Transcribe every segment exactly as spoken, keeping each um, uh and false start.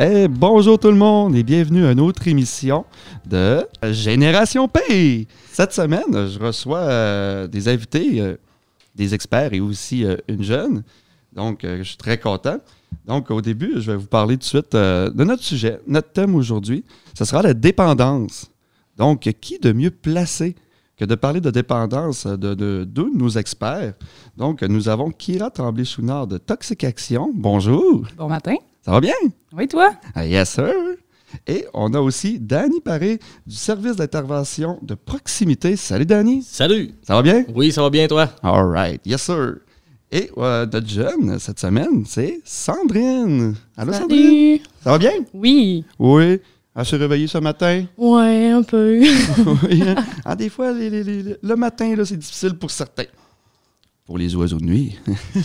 Hey, bonjour tout le monde et bienvenue à une autre émission de Génération P. Cette semaine, je reçois euh, des invités, euh, des experts et aussi euh, une jeune. Donc, euh, je suis très content. Donc, au début, je vais vous parler tout de suite euh, de notre sujet. Notre thème aujourd'hui, ce sera la dépendance. Donc, qui de mieux placé que de parler de dépendance de, de, de deux de nos experts? Donc, nous avons Kira Tremblay-Chouinard de Toxic Action. Bonjour. Bon matin. Ça va bien? Oui, toi? Ah, yes, sir. Et on a aussi Danny Paré du service d'intervention de proximité. Salut, Danny. Salut. Ça va bien? Oui, ça va bien, toi? All right. Yes, sir. Et euh, notre jeune, cette semaine, c'est Sandrine. Allô, Salut. Sandrine? Ça va bien? Oui. Oui. Elle s'est réveillée ce matin? Ouais, un peu. Oui. Ah, des fois, les, les, les, le matin, là, c'est difficile pour certains. Pour les oiseaux de nuit.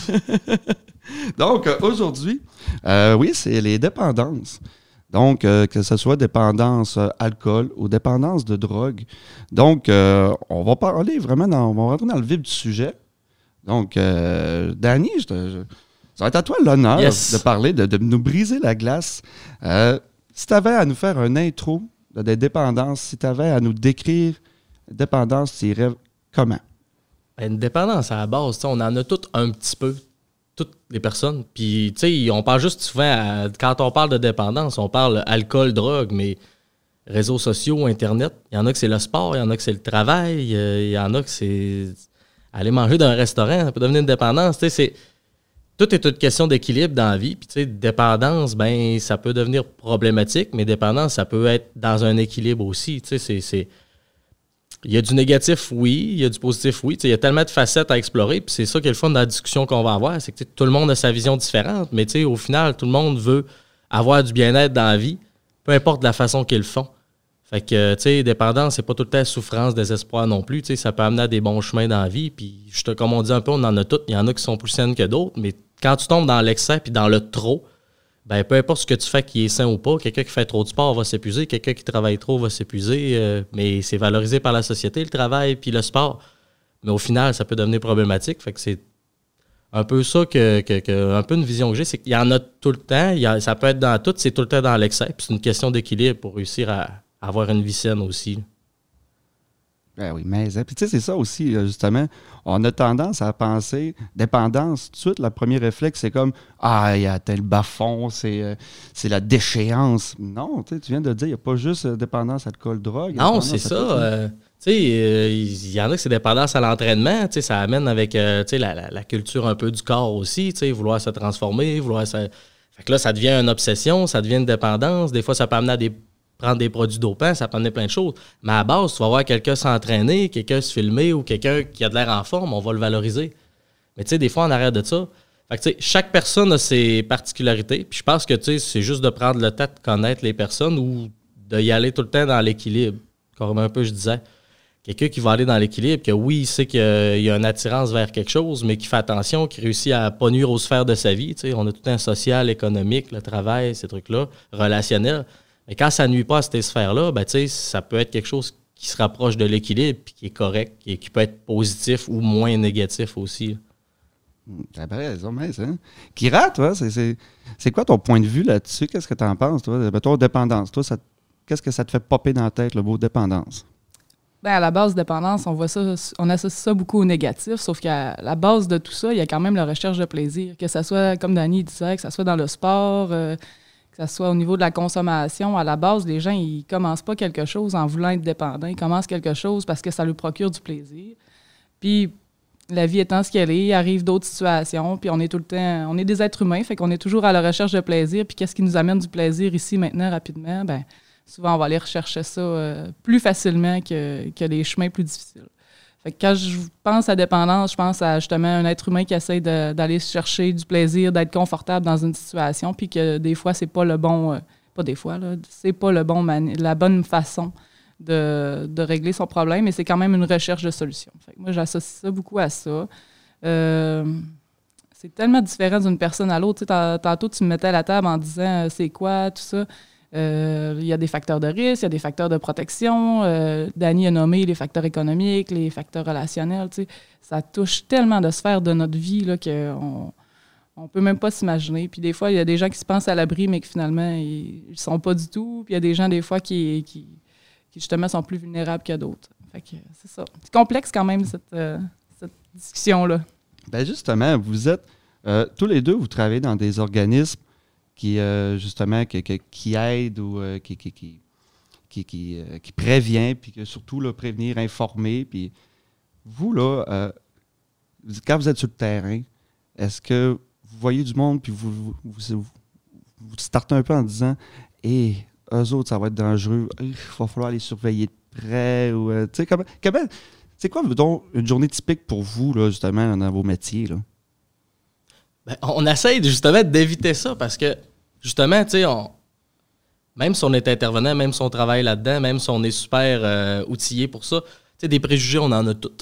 Donc, euh, aujourd'hui, euh, oui, c'est les dépendances. Donc, euh, que ce soit dépendance euh, alcool ou dépendance de drogue. Donc, euh, on va parler vraiment, dans, on va rentrer dans le vif du sujet. Donc, euh, Danny, je te, je, ça va être à toi l'honneur yes. de parler, de, de nous briser la glace. Euh, si tu avais à nous faire un intro de des dépendances, si tu avais à nous décrire dépendance, tu irais comment? Une dépendance à la base, on en a toutes un petit peu, toutes les personnes. Puis, tu sais, on parle juste souvent, à, quand on parle de dépendance, on parle alcool, drogue, mais réseaux sociaux, Internet, il y en a que c'est le sport, il y en a que c'est le travail, euh, il y en a que c'est aller manger dans un restaurant, ça peut devenir une dépendance. Tu sais, c'est, tout est une question d'équilibre dans la vie. Puis, tu sais, dépendance, ben ça peut devenir problématique, mais dépendance, ça peut être dans un équilibre aussi. Tu sais, c'est... c'est il y a du négatif, oui. Il y a du positif, oui. T'sais, il y a tellement de facettes à explorer. Puis c'est ça qui est le fun dans la discussion qu'on va avoir. C'est que tout le monde a sa vision différente. Mais au final, tout le monde veut avoir du bien-être dans la vie, peu importe la façon qu'ils le font. Fait que, tu sais, dépendance, c'est pas tout le temps souffrance, désespoir non plus. T'sais, ça peut amener à des bons chemins dans la vie. Puis, je te, comme on dit un peu, on en a toutes. Il y en a qui sont plus saines que d'autres. Mais quand tu tombes dans l'excès puis dans le trop, ben peu importe ce que tu fais qui est sain ou pas, quelqu'un qui fait trop de sport va s'épuiser, quelqu'un qui travaille trop va s'épuiser, euh, mais c'est valorisé par la société, le travail puis le sport. Mais au final, ça peut devenir problématique. Fait que c'est un peu ça que, que, que un peu une vision que j'ai, c'est qu'il y en a tout le temps, il y a, ça peut être dans tout, c'est tout le temps dans l'excès. Puis c'est une question d'équilibre pour réussir à, à avoir une vie saine aussi. Ben oui, mais puis tu sais, c'est ça aussi, justement. On a tendance à penser dépendance. Tout de suite, le premier réflexe, c'est comme ah, il y a tel bas-fond, c'est, euh, c'est la déchéance. Non, tu viens de dire, il n'y a pas juste dépendance alcool-drogue. Non, c'est ça. Euh, tu sais, il euh, y en a que c'est dépendance à l'entraînement. Tu sais, ça amène avec euh, tu sais, la, la, la culture un peu du corps aussi. Tu sais, vouloir se transformer, vouloir se. Fait que là, ça devient une obsession, ça devient une dépendance. Des fois, ça peut amener à des. Prendre des produits dopants, ça peut amener plein de choses. Mais à la base, tu vas voir quelqu'un s'entraîner, quelqu'un se filmer ou quelqu'un qui a de l'air en forme, on va le valoriser. Mais tu sais, des fois, en arrière de ça, fait que, tu sais, chaque personne a ses particularités. Puis je pense que tu sais, c'est juste de prendre le temps de connaître les personnes ou d'y aller tout le temps dans l'équilibre. Comme un peu je disais. Quelqu'un qui va aller dans l'équilibre, que oui, il sait qu'il y a une attirance vers quelque chose, mais qui fait attention, qui réussit à pas nuire aux sphères de sa vie. Tu sais, on a tout un social, économique, le travail, ces trucs-là, relationnel. Mais quand ça ne nuit pas à ces sphères-là, ben, ça peut être quelque chose qui se rapproche de l'équilibre puis qui est correct, et qui peut être positif ou moins négatif aussi. T'as raison, mais ça. Kira, toi, c'est, c'est, c'est quoi ton point de vue là-dessus? Qu'est-ce que tu en penses, toi? Toi, dépendance. Toi, ça, qu'est-ce que ça te fait popper dans la tête, le mot dépendance? Bien, à la base, dépendance, on voit ça, on associe ça beaucoup au négatif, sauf qu'à la base de tout ça, il y a quand même la recherche de plaisir. Que ça soit, comme Danny disait, que ça soit dans le sport, euh, que ce soit au niveau de la consommation, à la base, les gens, ils commencent pas quelque chose en voulant être dépendants. Ils commencent quelque chose parce que ça leur procure du plaisir. Puis, la vie étant ce qu'elle est, il arrive d'autres situations, puis on est tout le temps... On est des êtres humains, fait qu'on est toujours à la recherche de plaisir. Puis qu'est-ce qui nous amène du plaisir ici, maintenant, rapidement? Bien, souvent, on va aller rechercher ça euh, plus facilement que, que les chemins plus difficiles. Fait que quand je pense à dépendance, je pense à justement un être humain qui essaie de, d'aller chercher du plaisir, d'être confortable dans une situation, puis que des fois, c'est pas le bon... Euh, pas des fois, là, c'est pas le bon mani- la bonne façon de, de régler son problème, mais c'est quand même une recherche de solution. Fait que moi, j'associe ça beaucoup à ça. Euh, c'est tellement différent d'une personne à l'autre. Tu sais, tantôt, tu me mettais à la table en disant euh, c'est quoi, tout ça. Euh, il y a des facteurs de risque, il y a des facteurs de protection. Euh, Danny a nommé les facteurs économiques, les facteurs relationnels. Tu sais, ça touche tellement de sphères de notre vie là, qu'on on peut même pas s'imaginer. Puis des fois, il y a des gens qui se pensent à l'abri, mais qui finalement, ils ne sont pas du tout. Puis il y a des gens, des fois, qui, qui, qui justement sont plus vulnérables que d'autres. Fait que c'est ça. C'est complexe quand même, cette, euh, cette discussion-là. Ben justement, vous êtes, euh, tous les deux, vous travaillez dans des organismes qui, euh, justement, qui, qui, qui aident ou euh, qui, qui, qui, qui, qui, euh, qui prévient, puis que surtout, là, prévenir, informer. Puis vous, là, euh, quand vous êtes sur le terrain, est-ce que vous voyez du monde, puis vous vous, vous, vous, vous startez un peu en disant « Hé, eux autres, ça va être dangereux, il va falloir les surveiller de près. » ou euh, tu sais, comment, comment, c'est quoi, donc, une journée typique pour vous, là, justement, dans vos métiers, là? Ben, on essaye justement d'éviter ça parce que, justement, tu sais, on... même si on est intervenant, même si on travaille là-dedans, même si on est super euh, outillé pour ça, tu sais, des préjugés, on en a tous.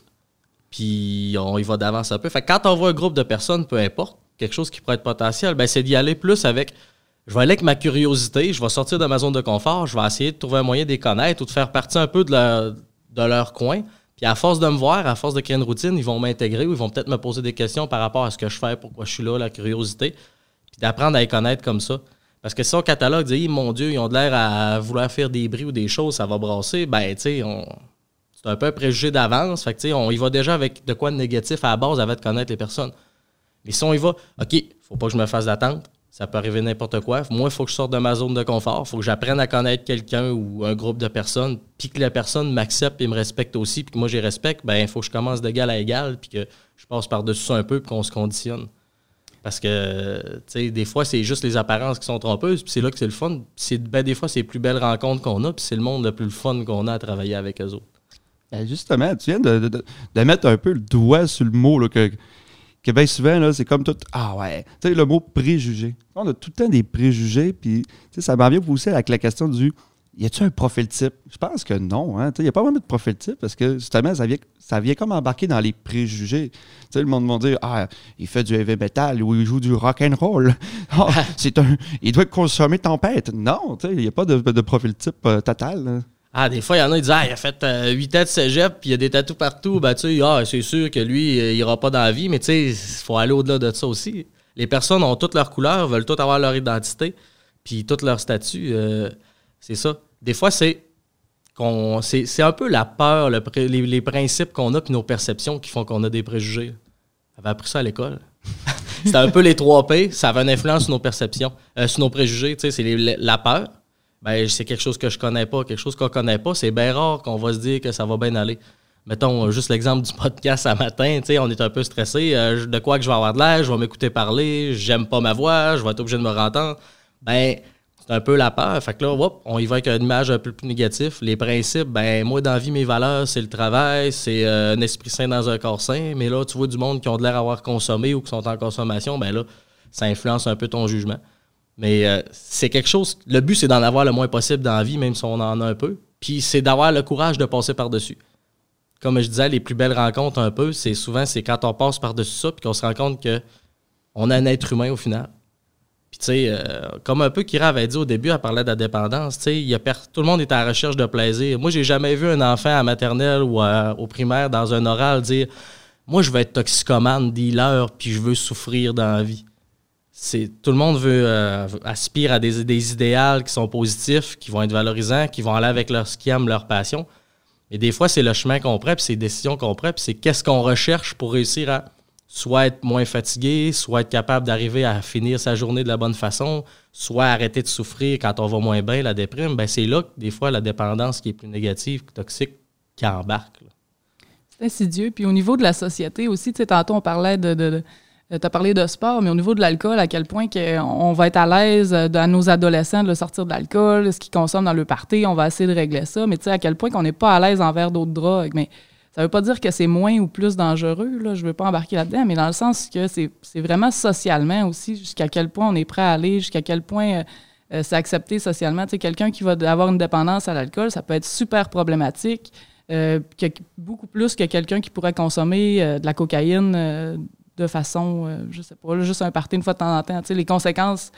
Puis on y va d'avance un peu. Fait que quand on voit un groupe de personnes, peu importe, quelque chose qui pourrait être potentiel, ben c'est d'y aller plus avec... Je vais aller avec ma curiosité, je vais sortir de ma zone de confort, je vais essayer de trouver un moyen de les connaître ou de faire partie un peu de leur, de leur coin. Puis à force de me voir, à force de créer une routine, ils vont m'intégrer ou ils vont peut-être me poser des questions par rapport à ce que je fais, pourquoi je suis là, la curiosité. Puis d'apprendre à les connaître comme ça. Parce que si on catalogue, dit, mon Dieu, ils ont de l'air à vouloir faire des bris ou des choses, ça va brasser, ben tu sais, on... c'est un peu un préjugé d'avance. Fait que tu sais, on y va déjà avec de quoi de négatif à la base avant de connaître les personnes. Mais si on y va, OK, faut pas que je me fasse d'attente. Ça peut arriver n'importe quoi. Moi, il faut que je sorte de ma zone de confort. Il faut que j'apprenne à connaître quelqu'un ou un groupe de personnes, puis que la personne m'accepte et me respecte aussi, puis que moi, j'y respecte. Ben, il faut que je commence d'égal à égal, puis que je passe par-dessus ça un peu, puis qu'on se conditionne. Parce que, tu sais, des fois, c'est juste les apparences qui sont trompeuses, puis c'est là que c'est le fun. C'est, ben, des fois, c'est les plus belles rencontres qu'on a, puis c'est le monde le plus le fun qu'on a à travailler avec eux autres. Ben justement, tu viens de, de, de mettre un peu le doigt sur le mot, là, que... que bien souvent, là, c'est comme tout... Ah ouais, tu sais, le mot préjugé. On a tout le temps des préjugés, puis ça m'en vient aussi avec la question du... Y a-t-il un profil type? Je pense que non. Hein? Il n'y a pas vraiment de profil type parce que justement, ça vient, ça vient comme embarquer dans les préjugés. T'sais, le monde va dire « Ah, il fait du heavy metal ou il joue du rock and roll. Oh, c'est un, il doit consommer tempête. » Non, il n'y a pas de, de profil type euh, total. Là. Ah, des fois, il y en a qui disent « Ah, il a fait euh, huit ans de cégep, puis il y a des tatous partout. » Ben, tu sais, ah, c'est sûr que lui, il n'ira pas dans la vie, mais tu sais, il faut aller au-delà de ça aussi. Les personnes ont toutes leurs couleurs, veulent toutes avoir leur identité, puis tout leur statut. Euh, c'est ça. Des fois, c'est qu'on c'est, c'est un peu la peur, le, les, les principes qu'on a, puis nos perceptions qui font qu'on a des préjugés. J'avais appris ça à l'école. C'était un peu les trois P, ça avait une influence sur nos perceptions, euh, sur nos préjugés. Tu sais, c'est les, la peur. Ben, c'est quelque chose que je connais pas, quelque chose qu'on connaît pas. C'est bien rare qu'on va se dire que ça va bien aller. Mettons, juste l'exemple du podcast à matin, tu sais, on est un peu stressé. Euh, de quoi que je vais avoir de l'air, je vais m'écouter parler, j'aime pas ma voix, je vais être obligé de me rentendre. Ben, c'est un peu la peur. Fait que là, hop, on y va avec une image un peu plus négative. Les principes, ben, moi, dans la vie, mes valeurs, c'est le travail, c'est euh, un esprit sain dans un corps sain. Mais là, tu vois du monde qui ont de l'air à avoir consommé ou qui sont en consommation, ben là, ça influence un peu ton jugement. Mais euh, c'est quelque chose... Le but, c'est d'en avoir le moins possible dans la vie, même si on en a un peu. Puis c'est d'avoir le courage de passer par-dessus. Comme je disais, les plus belles rencontres, un peu, c'est souvent, c'est quand on passe par-dessus ça puis qu'on se rend compte qu'on a un être humain au final. Puis tu sais, euh, comme un peu Kira avait dit au début, elle parlait de la dépendance, tu sais, y a per- tout le monde est à la recherche de plaisir. Moi, j'ai jamais vu un enfant à maternelle ou à, au primaire dans un oral dire « Moi, je veux être toxicomane, dealer, puis je veux souffrir dans la vie. » C'est, tout le monde veut euh, aspire à des, des idéals qui sont positifs, qui vont être valorisants, qui vont aller avec leur ce qu'ils aiment, leur passion. Mais des fois, c'est le chemin qu'on prend, puis c'est les décisions qu'on prend, puis c'est qu'est-ce qu'on recherche pour réussir à soit être moins fatigué, soit être capable d'arriver à finir sa journée de la bonne façon, soit arrêter de souffrir quand on va moins bien, la déprime. Ben c'est là que des fois, la dépendance qui est plus négative, toxique, qui embarque. Là. C'est insidieux. Puis au niveau de la société aussi, tu sais, tantôt, on parlait de... de, de tu as parlé de sport, mais au niveau de l'alcool, à quel point on va être à l'aise à nos adolescents de sortir de l'alcool, ce qu'ils consomment dans le party, on va essayer de régler ça, mais tu sais, à quel point qu'on n'est pas à l'aise envers d'autres drogues. Mais ça veut pas dire que c'est moins ou plus dangereux, là, je veux pas embarquer là-dedans, mais dans le sens que c'est, c'est vraiment socialement aussi, jusqu'à quel point on est prêt à aller, jusqu'à quel point euh, c'est accepté socialement. Tu sais, quelqu'un qui va avoir une dépendance à l'alcool, ça peut être super problématique, euh, que, beaucoup plus que quelqu'un qui pourrait consommer euh, de la cocaïne euh, de façon, euh, je sais pas, là, juste un party une fois de temps en temps. Tu sais, les conséquences,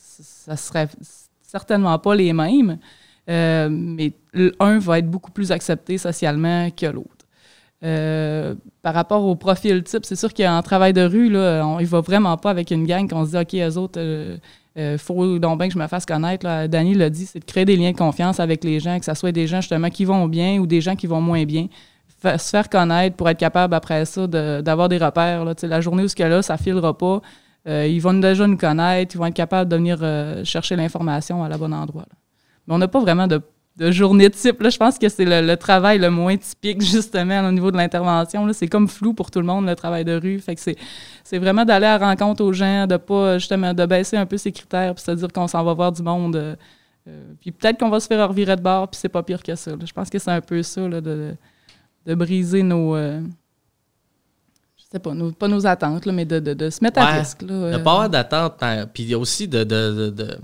ça serait certainement pas les mêmes, euh, mais l'un va être beaucoup plus accepté socialement que l'autre. Euh, par rapport au profil type, c'est sûr qu'en travail de rue, là, on ne va vraiment pas avec une gang qu'on se dit « OK, eux autres, il euh, euh, faut donc bien que je me fasse connaître. » Là. Danny l'a dit, c'est de créer des liens de confiance avec les gens, que ce soit des gens justement qui vont bien ou des gens qui vont moins bien. Fa- se faire connaître pour être capable après ça de, d'avoir des repères. Là. La journée où ce qu'il y a là, ça ne filera pas. Euh, ils vont déjà nous connaître, ils vont être capables de venir euh, chercher l'information à la bon endroit. Là. Mais on n'a pas vraiment de de journée type. Là, je pense que c'est le, le travail le moins typique, justement, au niveau de l'intervention. Là. C'est comme flou pour tout le monde, le travail de rue. Fait que c'est, c'est vraiment d'aller à la rencontre aux gens, de pas, justement, de baisser un peu ses critères, puis se dire qu'on s'en va voir du monde. Euh, euh, puis peut-être qu'on va se faire revirer de bord, puis c'est pas pire que ça. Là. Je pense que c'est un peu ça, là, de, de briser nos... Euh, je sais pas, nos, pas nos attentes, là, mais de, de, de se mettre ouais, à risque. Là, de euh. ne pas avoir d'attente. Puis il y a aussi de... de, de, de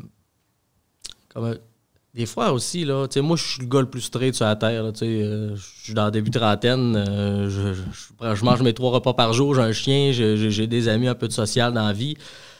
comme, des fois aussi, là, tu sais, moi, je suis le gars le plus straight sur la terre, là, tu sais, euh, je suis dans le début de trentaine, euh, je, je, je mange mes trois repas par jour, j'ai un chien, j'ai, j'ai des amis, un peu de social dans la vie.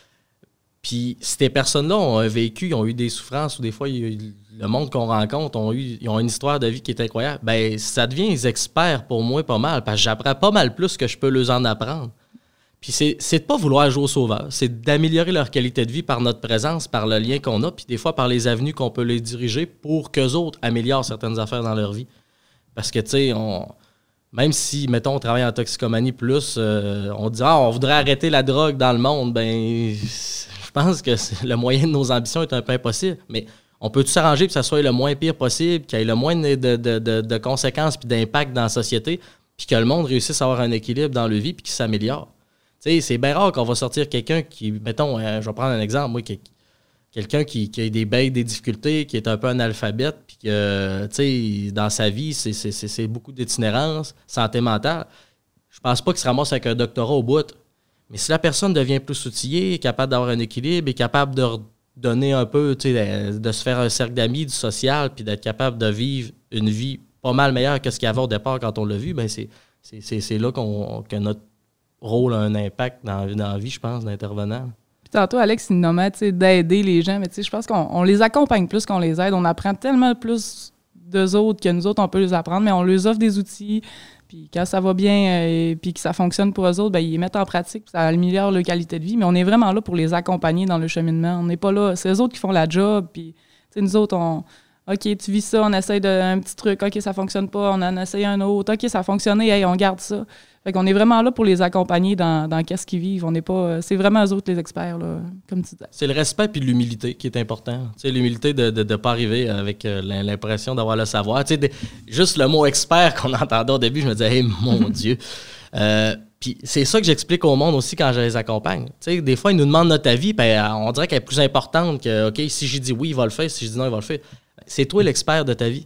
Puis, ces personnes-là ont un vécu, ils ont eu des souffrances, ou des fois, il, le monde qu'on rencontre, ont eu, ils ont une histoire de vie qui est incroyable. Ben, ça devient des experts pour moi pas mal, parce que j'apprends pas mal plus que je peux leur en apprendre. Puis c'est, c'est de pas vouloir jouer au sauveur, c'est d'améliorer leur qualité de vie par notre présence, par le lien qu'on a, puis des fois par les avenues qu'on peut les diriger pour qu'eux autres améliorent certaines affaires dans leur vie. Parce que, tu sais, on, même si, mettons, on travaille en toxicomanie plus, euh, on dit « Ah, on voudrait arrêter la drogue dans le monde », ben je pense que le moyen de nos ambitions est un peu impossible. Mais on peut tout s'arranger pour que ça soit le moins pire possible, qu'il y ait le moins de, de, de, de, de conséquences puis d'impact dans la société, puis que le monde réussisse à avoir un équilibre dans leur vie puis qu'il s'améliore. Tu sais, c'est bien rare qu'on va sortir quelqu'un qui, mettons, euh, je vais prendre un exemple, moi, qui, quelqu'un qui, qui a des bêtes, des difficultés, qui est un peu analphabète, puis que, tu sais, dans sa vie, c'est, c'est, c'est, c'est beaucoup d'itinérance, santé mentale. Je pense pas qu'il se ramasse avec un doctorat au bout. Mais si la personne devient plus outillée, est capable d'avoir un équilibre, est capable de donner un peu, tu sais, de, de se faire un cercle d'amis, du social, puis d'être capable de vivre une vie pas mal meilleure que ce qu'il y avait au départ quand on l'a vu, bien, c'est, c'est, c'est, c'est là qu'on, que notre rôle a un impact dans, dans la vie, je pense, d'intervenant. Puis tantôt, Alex, il nommait d'aider les gens, mais je pense qu'on on les accompagne plus qu'on les aide. On apprend tellement plus d'eux autres que nous autres, on peut les apprendre, mais on leur offre des outils. Puis quand ça va bien et puis que ça fonctionne pour eux autres, ben, ils les mettent en pratique, puis ça améliore leur qualité de vie. Mais on est vraiment là pour les accompagner dans le cheminement. On n'est pas là. C'est eux autres qui font la job. Puis nous autres, on... OK, tu vis ça, on essaye de, un petit truc. OK, ça fonctionne pas, on en essaye un autre. OK, ça a fonctionné, hey, on garde ça. Fait qu'on est vraiment là pour les accompagner dans, dans qu'est-ce qu'ils vivent. On n'est pas... C'est vraiment eux autres les experts, là, comme tu disais. C'est le respect puis l'humilité qui est important. Tu sais, l'humilité de ne pas arriver avec euh, l'impression d'avoir le savoir. Tu sais, de, juste le mot expert qu'on entendait au début, je me disais, hey, mon Dieu. Euh, puis c'est ça que j'explique au monde aussi quand je les accompagne. Tu sais, des fois, ils nous demandent notre avis, puis on dirait qu'elle est plus importante que, OK, si j'ai dit oui, il va le faire, si je dis non, il va le faire. C'est toi l'expert de ta vie.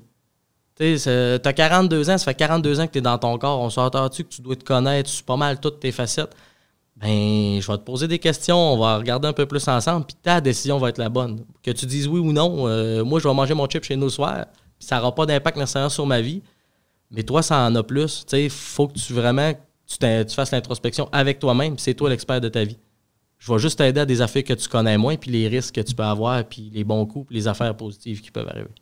Tu sais, t'as quarante-deux ans, ça fait quarante-deux ans que tu es dans ton corps. On s'entend-tu que tu dois te connaître sur pas mal toutes tes facettes? Ben, je vais te poser des questions, on va regarder un peu plus ensemble, puis ta décision va être la bonne. Que tu dises oui ou non, euh, moi, je vais manger mon chip chez nous ce soir, puis ça n'aura pas d'impact nécessairement sur ma vie, mais toi, ça en a plus. Tu sais, il faut que tu vraiment tu, tu fasses l'introspection avec toi-même, puis c'est toi l'expert de ta vie. Je vais juste t'aider à des affaires que tu connais moins, puis les risques que tu peux avoir, puis les bons coups, puis les affaires positives qui peuvent arriver.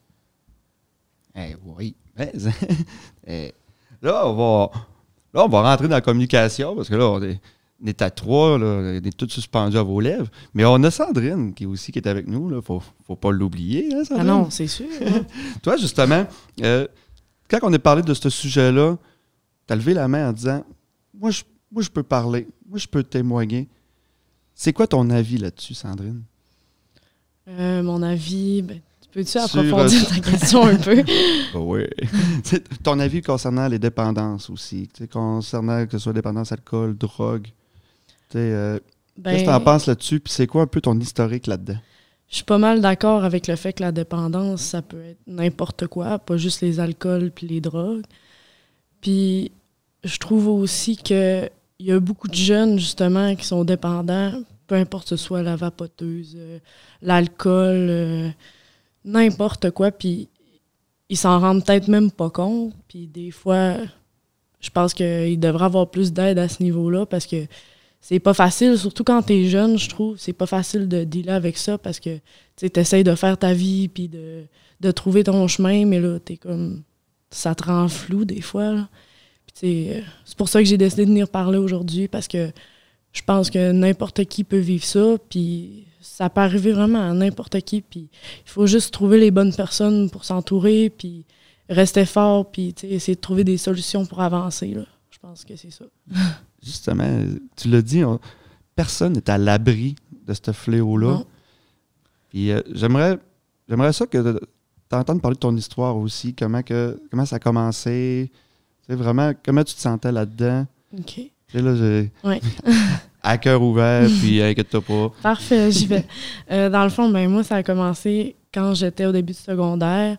Eh oui. eh, là, on va, là, on va rentrer dans la communication, parce que là, on est, on est à trois, là, on est tous suspendus à vos lèvres. Mais on a Sandrine qui, aussi, qui est avec nous. Il ne faut, faut pas l'oublier, hein, Sandrine? Ah non, c'est sûr. Hein? Toi, justement, euh, quand on a parlé de ce sujet-là, tu as levé la main en disant moi je, moi, je peux parler, moi, je peux témoigner. C'est quoi ton avis là-dessus, Sandrine? Euh, mon avis, ben, peux-tu approfondir Sur, ta question un peu? Oui. Ton avis concernant les dépendances aussi, concernant que ce soit dépendance, alcool, drogue. Euh, ben, qu'est-ce que tu en penses là-dessus? Puis c'est quoi un peu ton historique là-dedans? Je suis pas mal d'accord avec le fait que la dépendance, ça peut être n'importe quoi, pas juste les alcools puis les drogues. Puis je trouve aussi qu'il y a beaucoup de jeunes, justement, qui sont dépendants, peu importe ce soit la vapoteuse, euh, l'alcool... Euh, n'importe quoi, puis ils s'en rendent peut-être même pas compte, puis des fois, je pense qu'il devrait avoir plus d'aide à ce niveau-là, parce que c'est pas facile, surtout quand t'es jeune, je trouve, c'est pas facile de dealer avec ça, parce que tu essaies de faire ta vie, puis de, de trouver ton chemin, mais là, t'es comme, ça te rend flou des fois, là. Puis Puis, euh, c'est pour ça que j'ai décidé de venir parler aujourd'hui, parce que je pense que n'importe qui peut vivre ça, puis ça peut arriver vraiment à n'importe qui, puis il faut juste trouver les bonnes personnes pour s'entourer, puis rester fort, puis essayer de trouver des solutions pour avancer, là. Je pense que c'est ça. Justement, tu l'as dit, on, personne n'est à l'abri de ce fléau-là. Non. Puis euh, j'aimerais, j'aimerais ça que t'entendes parler de ton histoire aussi, comment, que, comment ça a commencé, tu sais, vraiment, comment tu te sentais là-dedans. OK. Tu sais, là, j'ai... Ouais. à cœur ouvert, puis inquiète-toi pas. Parfait, j'y vais. Euh, dans le fond, ben moi, ça a commencé quand j'étais au début du secondaire.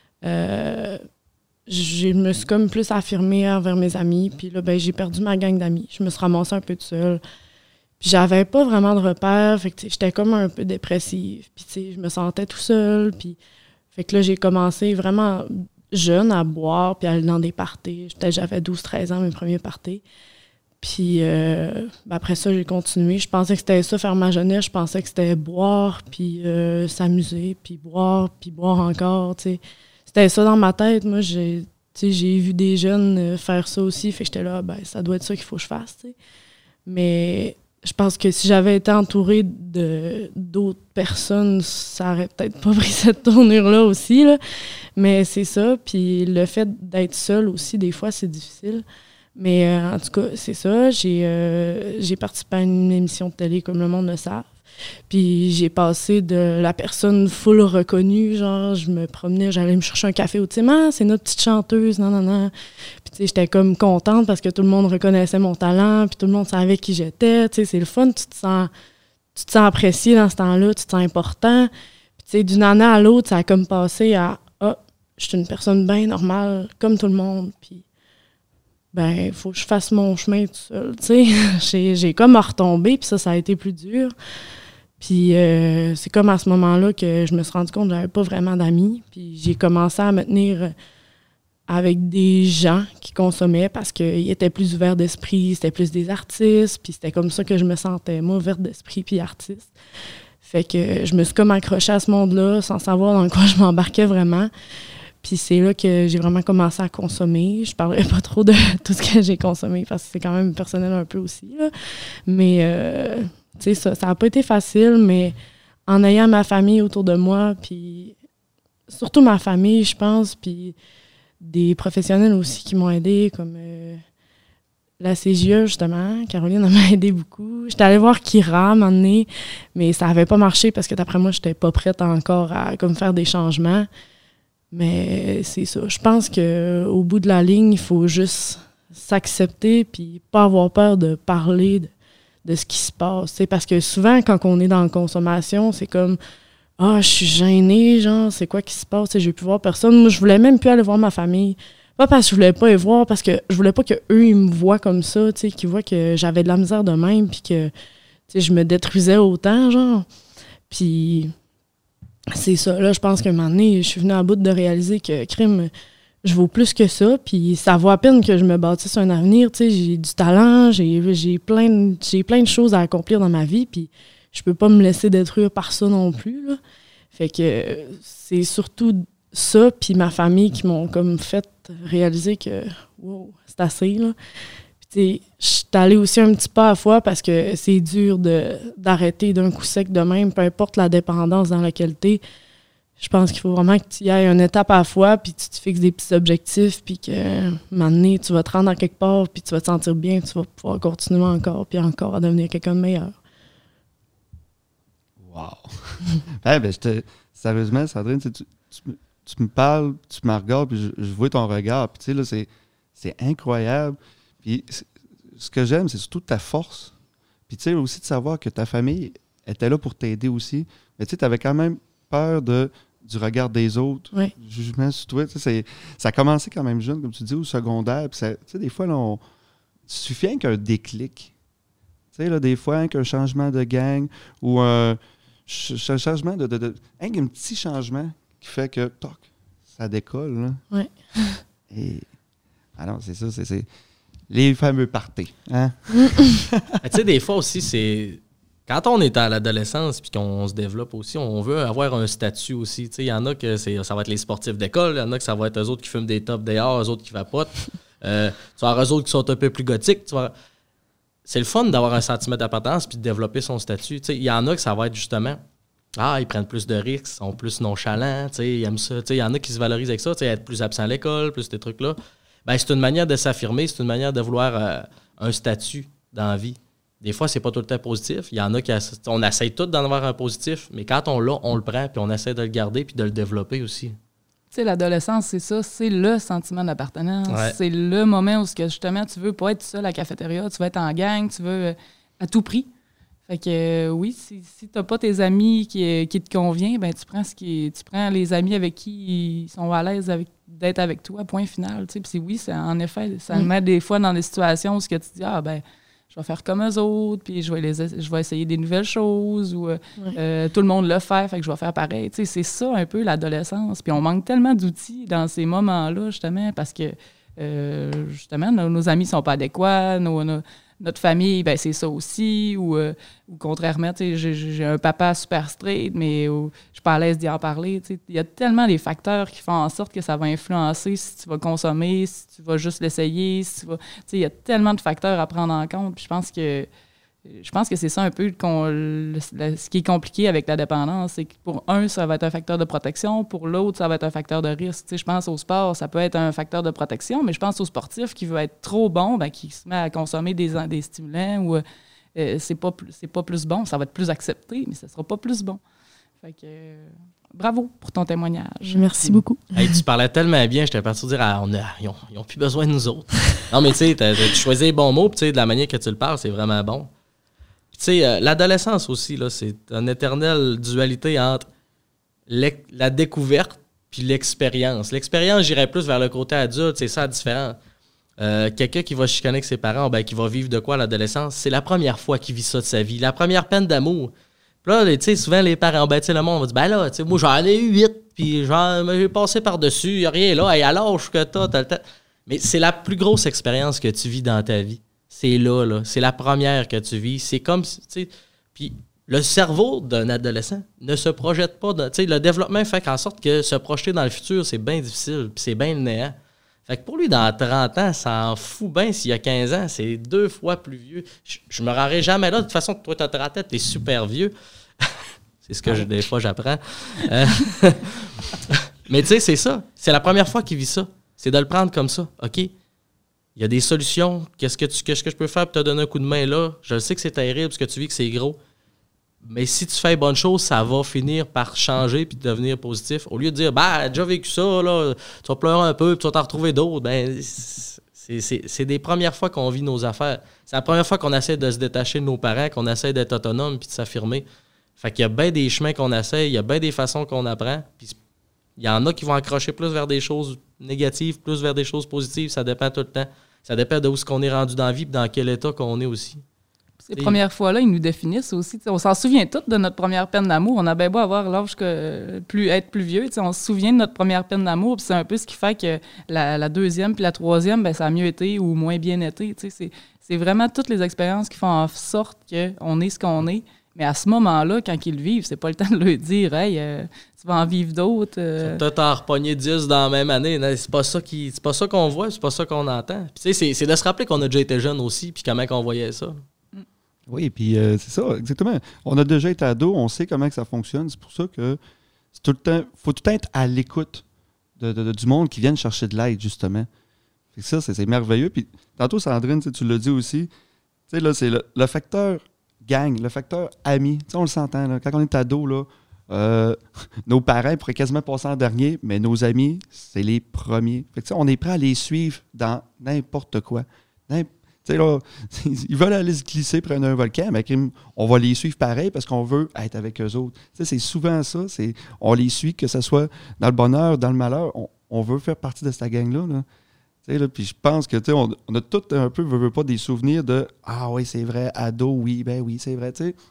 Euh, je me suis comme plus affirmée envers mes amis. Puis là, ben, j'ai perdu ma gang d'amis. Je me suis ramassée un peu toute seule. Puis j'avais pas vraiment de repères. Fait que j'étais comme un peu dépressive. Puis tu sais, je me sentais tout seule. Puis fait que là, j'ai commencé vraiment jeune à boire puis à aller dans des parties. Peut-être j'avais douze treize ans, mes premiers parties. Puis euh, ben après ça, j'ai continué. Je pensais que c'était ça, faire ma jeunesse. Je pensais que c'était boire, puis euh, s'amuser, puis boire, puis boire encore, tu sais. C'était ça dans ma tête. Moi, j'ai, tu sais, j'ai vu des jeunes faire ça aussi. Fait que j'étais là, ben ça doit être ça qu'il faut que je fasse, tu sais. Mais je pense que si j'avais été entourée de, d'autres personnes, ça aurait peut-être pas pris cette tournure-là aussi, là. Mais c'est ça. Puis le fait d'être seule aussi, des fois, c'est difficile. Mais euh, en tout cas, c'est ça. J'ai, euh, j'ai participé à une émission de télé, comme le monde le savent. Puis j'ai passé de la personne full reconnue, genre, je me promenais, j'allais me chercher un café au Timan, c'est notre petite chanteuse, non, non, non. Puis tu sais, j'étais comme contente parce que tout le monde reconnaissait mon talent, puis tout le monde savait qui j'étais. Tu sais, c'est le fun, tu te sens, tu te sens apprécié dans ce temps-là, tu te sens important. Puis tu sais, d'une année à l'autre, ça a comme passé à « Ah, je suis une personne bien normale, comme tout le monde. » Puis ben, il faut que je fasse mon chemin tout seul, tu sais. j'ai, j'ai comme à retomber, puis ça, ça a été plus dur. Puis euh, c'est comme à ce moment-là que je me suis rendu compte que j'avais pas vraiment d'amis. Puis j'ai commencé à me tenir avec des gens qui consommaient parce qu'ils étaient plus ouverts d'esprit, c'était plus des artistes, puis c'était comme ça que je me sentais, moi, ouverte d'esprit puis artiste. Fait que je me suis comme accrochée à ce monde-là sans savoir dans quoi je m'embarquais vraiment. Puis c'est là que j'ai vraiment commencé à consommer. Je parlerai pas trop de tout ce que j'ai consommé parce que c'est quand même personnel un peu aussi, là. Mais, euh, tu sais, ça, ça a pas été facile, mais en ayant ma famille autour de moi, puis surtout ma famille, je pense, puis des professionnels aussi qui m'ont aidé, comme euh, la C J E, justement. Caroline m'a aidé beaucoup. J'étais allée voir Kira à un moment donné, mais ça avait pas marché parce que d'après moi, j'étais pas prête encore à comme, faire des changements. Mais c'est ça. Je pense qu'au bout de la ligne, il faut juste s'accepter puis pas avoir peur de parler de, de ce qui se passe. T'sais, parce que souvent, quand on est dans la consommation, c'est comme « Ah, je suis gênée, genre, c'est quoi qui se passe? » J'ai pu voir personne. Moi, je voulais même plus aller voir ma famille. Pas parce que je voulais pas les voir, parce que je voulais pas qu'eux, ils me voient comme ça, qu'ils voient que j'avais de la misère de même puis que je me détruisais autant, genre. Puis... c'est ça, là, je pense qu'à un moment donné, je suis venue à bout de réaliser que, crime, je vaux plus que ça, puis ça vaut à peine que je me bâtisse un avenir, tu sais, j'ai du talent, j'ai, j'ai, plein de, j'ai plein de choses à accomplir dans ma vie, puis je peux pas me laisser détruire par ça non plus, là. Fait que c'est surtout ça, puis ma famille qui m'ont comme fait réaliser que, wow, c'est assez, là. Je suis allée aussi un petit pas à la fois parce que c'est dur de, d'arrêter d'un coup sec de même, peu importe la dépendance dans laquelle tu es. Je pense qu'il faut vraiment que tu y ailles une étape à la fois, puis tu te fixes des petits objectifs, puis que, un moment donné, tu vas te rendre à quelque part, puis tu vas te sentir bien, tu vas pouvoir continuer encore, puis encore à devenir quelqu'un de meilleur. Wow! hey, ben, je te, sérieusement, Sandrine, tu, tu, tu me parles, tu me regardes, puis je, je vois ton regard, puis tu sais, là, c'est, c'est incroyable. Puis ce que j'aime, c'est surtout ta force. Puis tu sais, aussi de savoir que ta famille était là pour t'aider aussi. Mais tu sais, tu avais quand même peur de, du regard des autres, oui. du jugement sur toi. Tu sais, c'est, ça a commencé quand même jeune, comme tu dis, au secondaire. Puis ça, tu sais, des fois, là, on, il suffit rien qu'un déclic. Tu sais, là, des fois, rien qu'un changement de gang ou un, un changement de... de, de rien qu'un petit changement qui fait que, toc, ça décolle. Là. Oui. Et... ah non, c'est ça, c'est... c'est les fameux parties. Hein? Tu sais, des fois aussi, c'est... quand on est à l'adolescence puis qu'on se développe aussi, on veut avoir un statut aussi. Tu sais, il y en a que c'est, ça va être les sportifs d'école, il y en a que ça va être eux autres qui fument des tops dehors, eux autres qui vapotent. Euh, tu vas avoir eux autres qui sont un peu plus gothiques. Tu vas... C'est le fun d'avoir un sentiment d'appartenance puis de développer son statut. Il y en a que ça va être justement, ah, ils prennent plus de risques, ils sont plus nonchalants, ils aiment ça. Il y en a qui se valorisent avec ça, être plus absent à l'école, plus ces trucs-là. Ben, c'est une manière de s'affirmer, c'est une manière de vouloir euh, un statut dans la vie. Des fois, c'est pas tout le temps positif. Il y en a qui... On essaye tous d'en avoir un positif, mais quand on l'a, on le prend, puis on essaie de le garder, puis de le développer aussi. Tu sais, l'adolescence, c'est ça, c'est le sentiment d'appartenance. Ouais. C'est le moment où, justement, tu veux pas être seul à la cafétéria, tu veux être en gang, tu veux euh, à tout prix. Fait que, euh, oui, si, si t'as pas tes amis qui, qui te conviennent, ben tu prends ce qui tu prends les amis avec qui ils sont à l'aise avec, d'être avec toi, point final. Puis c'est, oui, c'est, en effet, ça me met des fois dans des situations où que tu dis, ah, ben je vais faire comme eux autres, puis je vais, les, je vais essayer des nouvelles choses, ou euh, ouais. euh, tout le monde le fait, fait que je vais faire pareil. T'sais, c'est ça un peu l'adolescence. Puis on manque tellement d'outils dans ces moments-là, justement, parce que, euh, justement, nos, nos amis sont pas adéquats, nos, nos, notre famille, ben c'est ça aussi, ou, euh, ou contrairement, j'ai, j'ai un papa super straight, mais euh, je suis pas à l'aise d'y en parler. Il y a tellement des facteurs qui font en sorte que ça va influencer si tu vas consommer, si tu vas juste l'essayer, si tu vas... Il y a tellement de facteurs à prendre en compte. Puis je pense que je pense que c'est ça un peu qu'on, le, le, ce qui est compliqué avec la dépendance, c'est que pour un, ça va être un facteur de protection, pour l'autre, ça va être un facteur de risque. T'sais, je pense au sport, ça peut être un facteur de protection, mais je pense au sportif qui veut être trop bon, ben, qui se met à consommer des, des stimulants ou euh, c'est pas, c'est pas plus bon, ça va être plus accepté, mais ça sera pas plus bon. Fait que, euh, bravo pour ton témoignage. Merci beaucoup. Hey, tu parlais tellement bien, j'étais parti dire, ah, on a, ils, ont, ils ont plus besoin de nous autres. Non, mais tu sais, tu choisis les bons mots, puis de la manière que tu le parles, c'est vraiment bon. Tu sais, euh, l'adolescence aussi, là, c'est une éternelle dualité entre la découverte puis l'expérience. L'expérience, j'irais plus vers le côté adulte, c'est ça différent. Euh, quelqu'un qui va chicaner avec ses parents, ben, qui va vivre de quoi à l'adolescence, c'est la première fois qu'il vit ça de sa vie, la première peine d'amour. Puis là, tu sais, souvent, les parents, ben, tu sais, le monde va dire, ben là, tu sais, moi, j'en ai eu huit, puis j'en j'ai passé par-dessus, il n'y a rien là, hey, à l'âge que t'as, t'as le temps. Mais c'est la plus grosse expérience que tu vis dans ta vie. C'est là, là. C'est la première que tu vis. C'est comme, tu sais, puis le cerveau d'un adolescent ne se projette pas. Tu sais, le développement fait en sorte que se projeter dans le futur, c'est bien difficile, puis c'est bien le néant. Fait que pour lui, dans trente ans, ça en fout bien s'il y a quinze ans. C'est deux fois plus vieux. Je, je me rendrai jamais là. De toute façon, toi, t'as trente ans, t'es super vieux. C'est ce que je, des fois, j'apprends. Euh, mais tu sais, c'est ça. C'est la première fois qu'il vit ça. C'est de le prendre comme ça. OK? Il y a des solutions. Qu'est-ce que, tu, qu'est-ce que je peux faire pour te donner un coup de main là? Je sais que c'est terrible, ce que tu vis, que c'est gros. Mais si tu fais les bonnes choses, ça va finir par changer puis devenir positif. Au lieu de dire, bah, j'ai déjà vécu ça, là, tu vas pleurer un peu puis tu vas t'en retrouver d'autres. Ben, c'est, c'est, c'est des premières fois qu'on vit nos affaires. C'est la première fois qu'on essaie de se détacher de nos parents, qu'on essaie d'être autonome puis de s'affirmer. Fait qu'il y a bien des chemins qu'on essaie, il y a bien des façons qu'on apprend. Puis il y en a qui vont accrocher plus vers des choses négatives, plus vers des choses positives. Ça dépend tout le temps. Ça dépend de où est-ce qu'on est rendu dans la vie et dans quel état qu'on est aussi. Ces premières fois-là, ils nous définissent aussi. T'sais, on s'en souvient tous de notre première peine d'amour. On a bien beau avoir l'âge que plus, être plus vieux. On se souvient de notre première peine d'amour. C'est un peu ce qui fait que la, la deuxième puis la troisième, ben, ça a mieux été ou moins bien été. C'est, c'est vraiment toutes les expériences qui font en sorte qu'on est ce qu'on est. Mais à ce moment-là, quand ils le vivent, c'est pas le temps de leur dire « Hey, euh, tu vas en vivre d'autres. Euh... » Peut-être en repogner dix dans la même année. Non, c'est pas ça qui, c'est pas ça qu'on voit, c'est pas ça qu'on entend. Puis, c'est, c'est de se rappeler qu'on a déjà été jeune aussi, puis comment on voyait ça. Oui, puis euh, c'est ça, exactement. On a déjà été ado, on sait comment que ça fonctionne. C'est pour ça que c'est tout le temps, faut tout le temps être à l'écoute de, de, de, du monde qui vient chercher de l'aide, justement. Fait que ça, c'est, c'est merveilleux. Puis tantôt, Sandrine, tu l'as dit aussi, tu sais, là, c'est le, le facteur gang, le facteur ami. Tu sais, on le s'entend, là, quand on est ado, là, euh, nos parents pourraient quasiment passer en dernier, mais nos amis, c'est les premiers. Fait que, tu sais, on est prêt à les suivre dans n'importe quoi. N'importe Tu sais, là, ils veulent aller se glisser près d'un volcan, mais on va les suivre pareil parce qu'on veut être avec eux autres. Tu sais, c'est souvent ça. C'est, on les suit, que ce soit dans le bonheur, dans le malheur. On, on veut faire partie de cette gang-là. Là. Tu sais, là, puis je pense que, tu sais, on, on a tout un peu, veut, veut pas, des souvenirs de « Ah oui, c'est vrai, ado, oui, ben oui, c'est vrai. » Tu sais,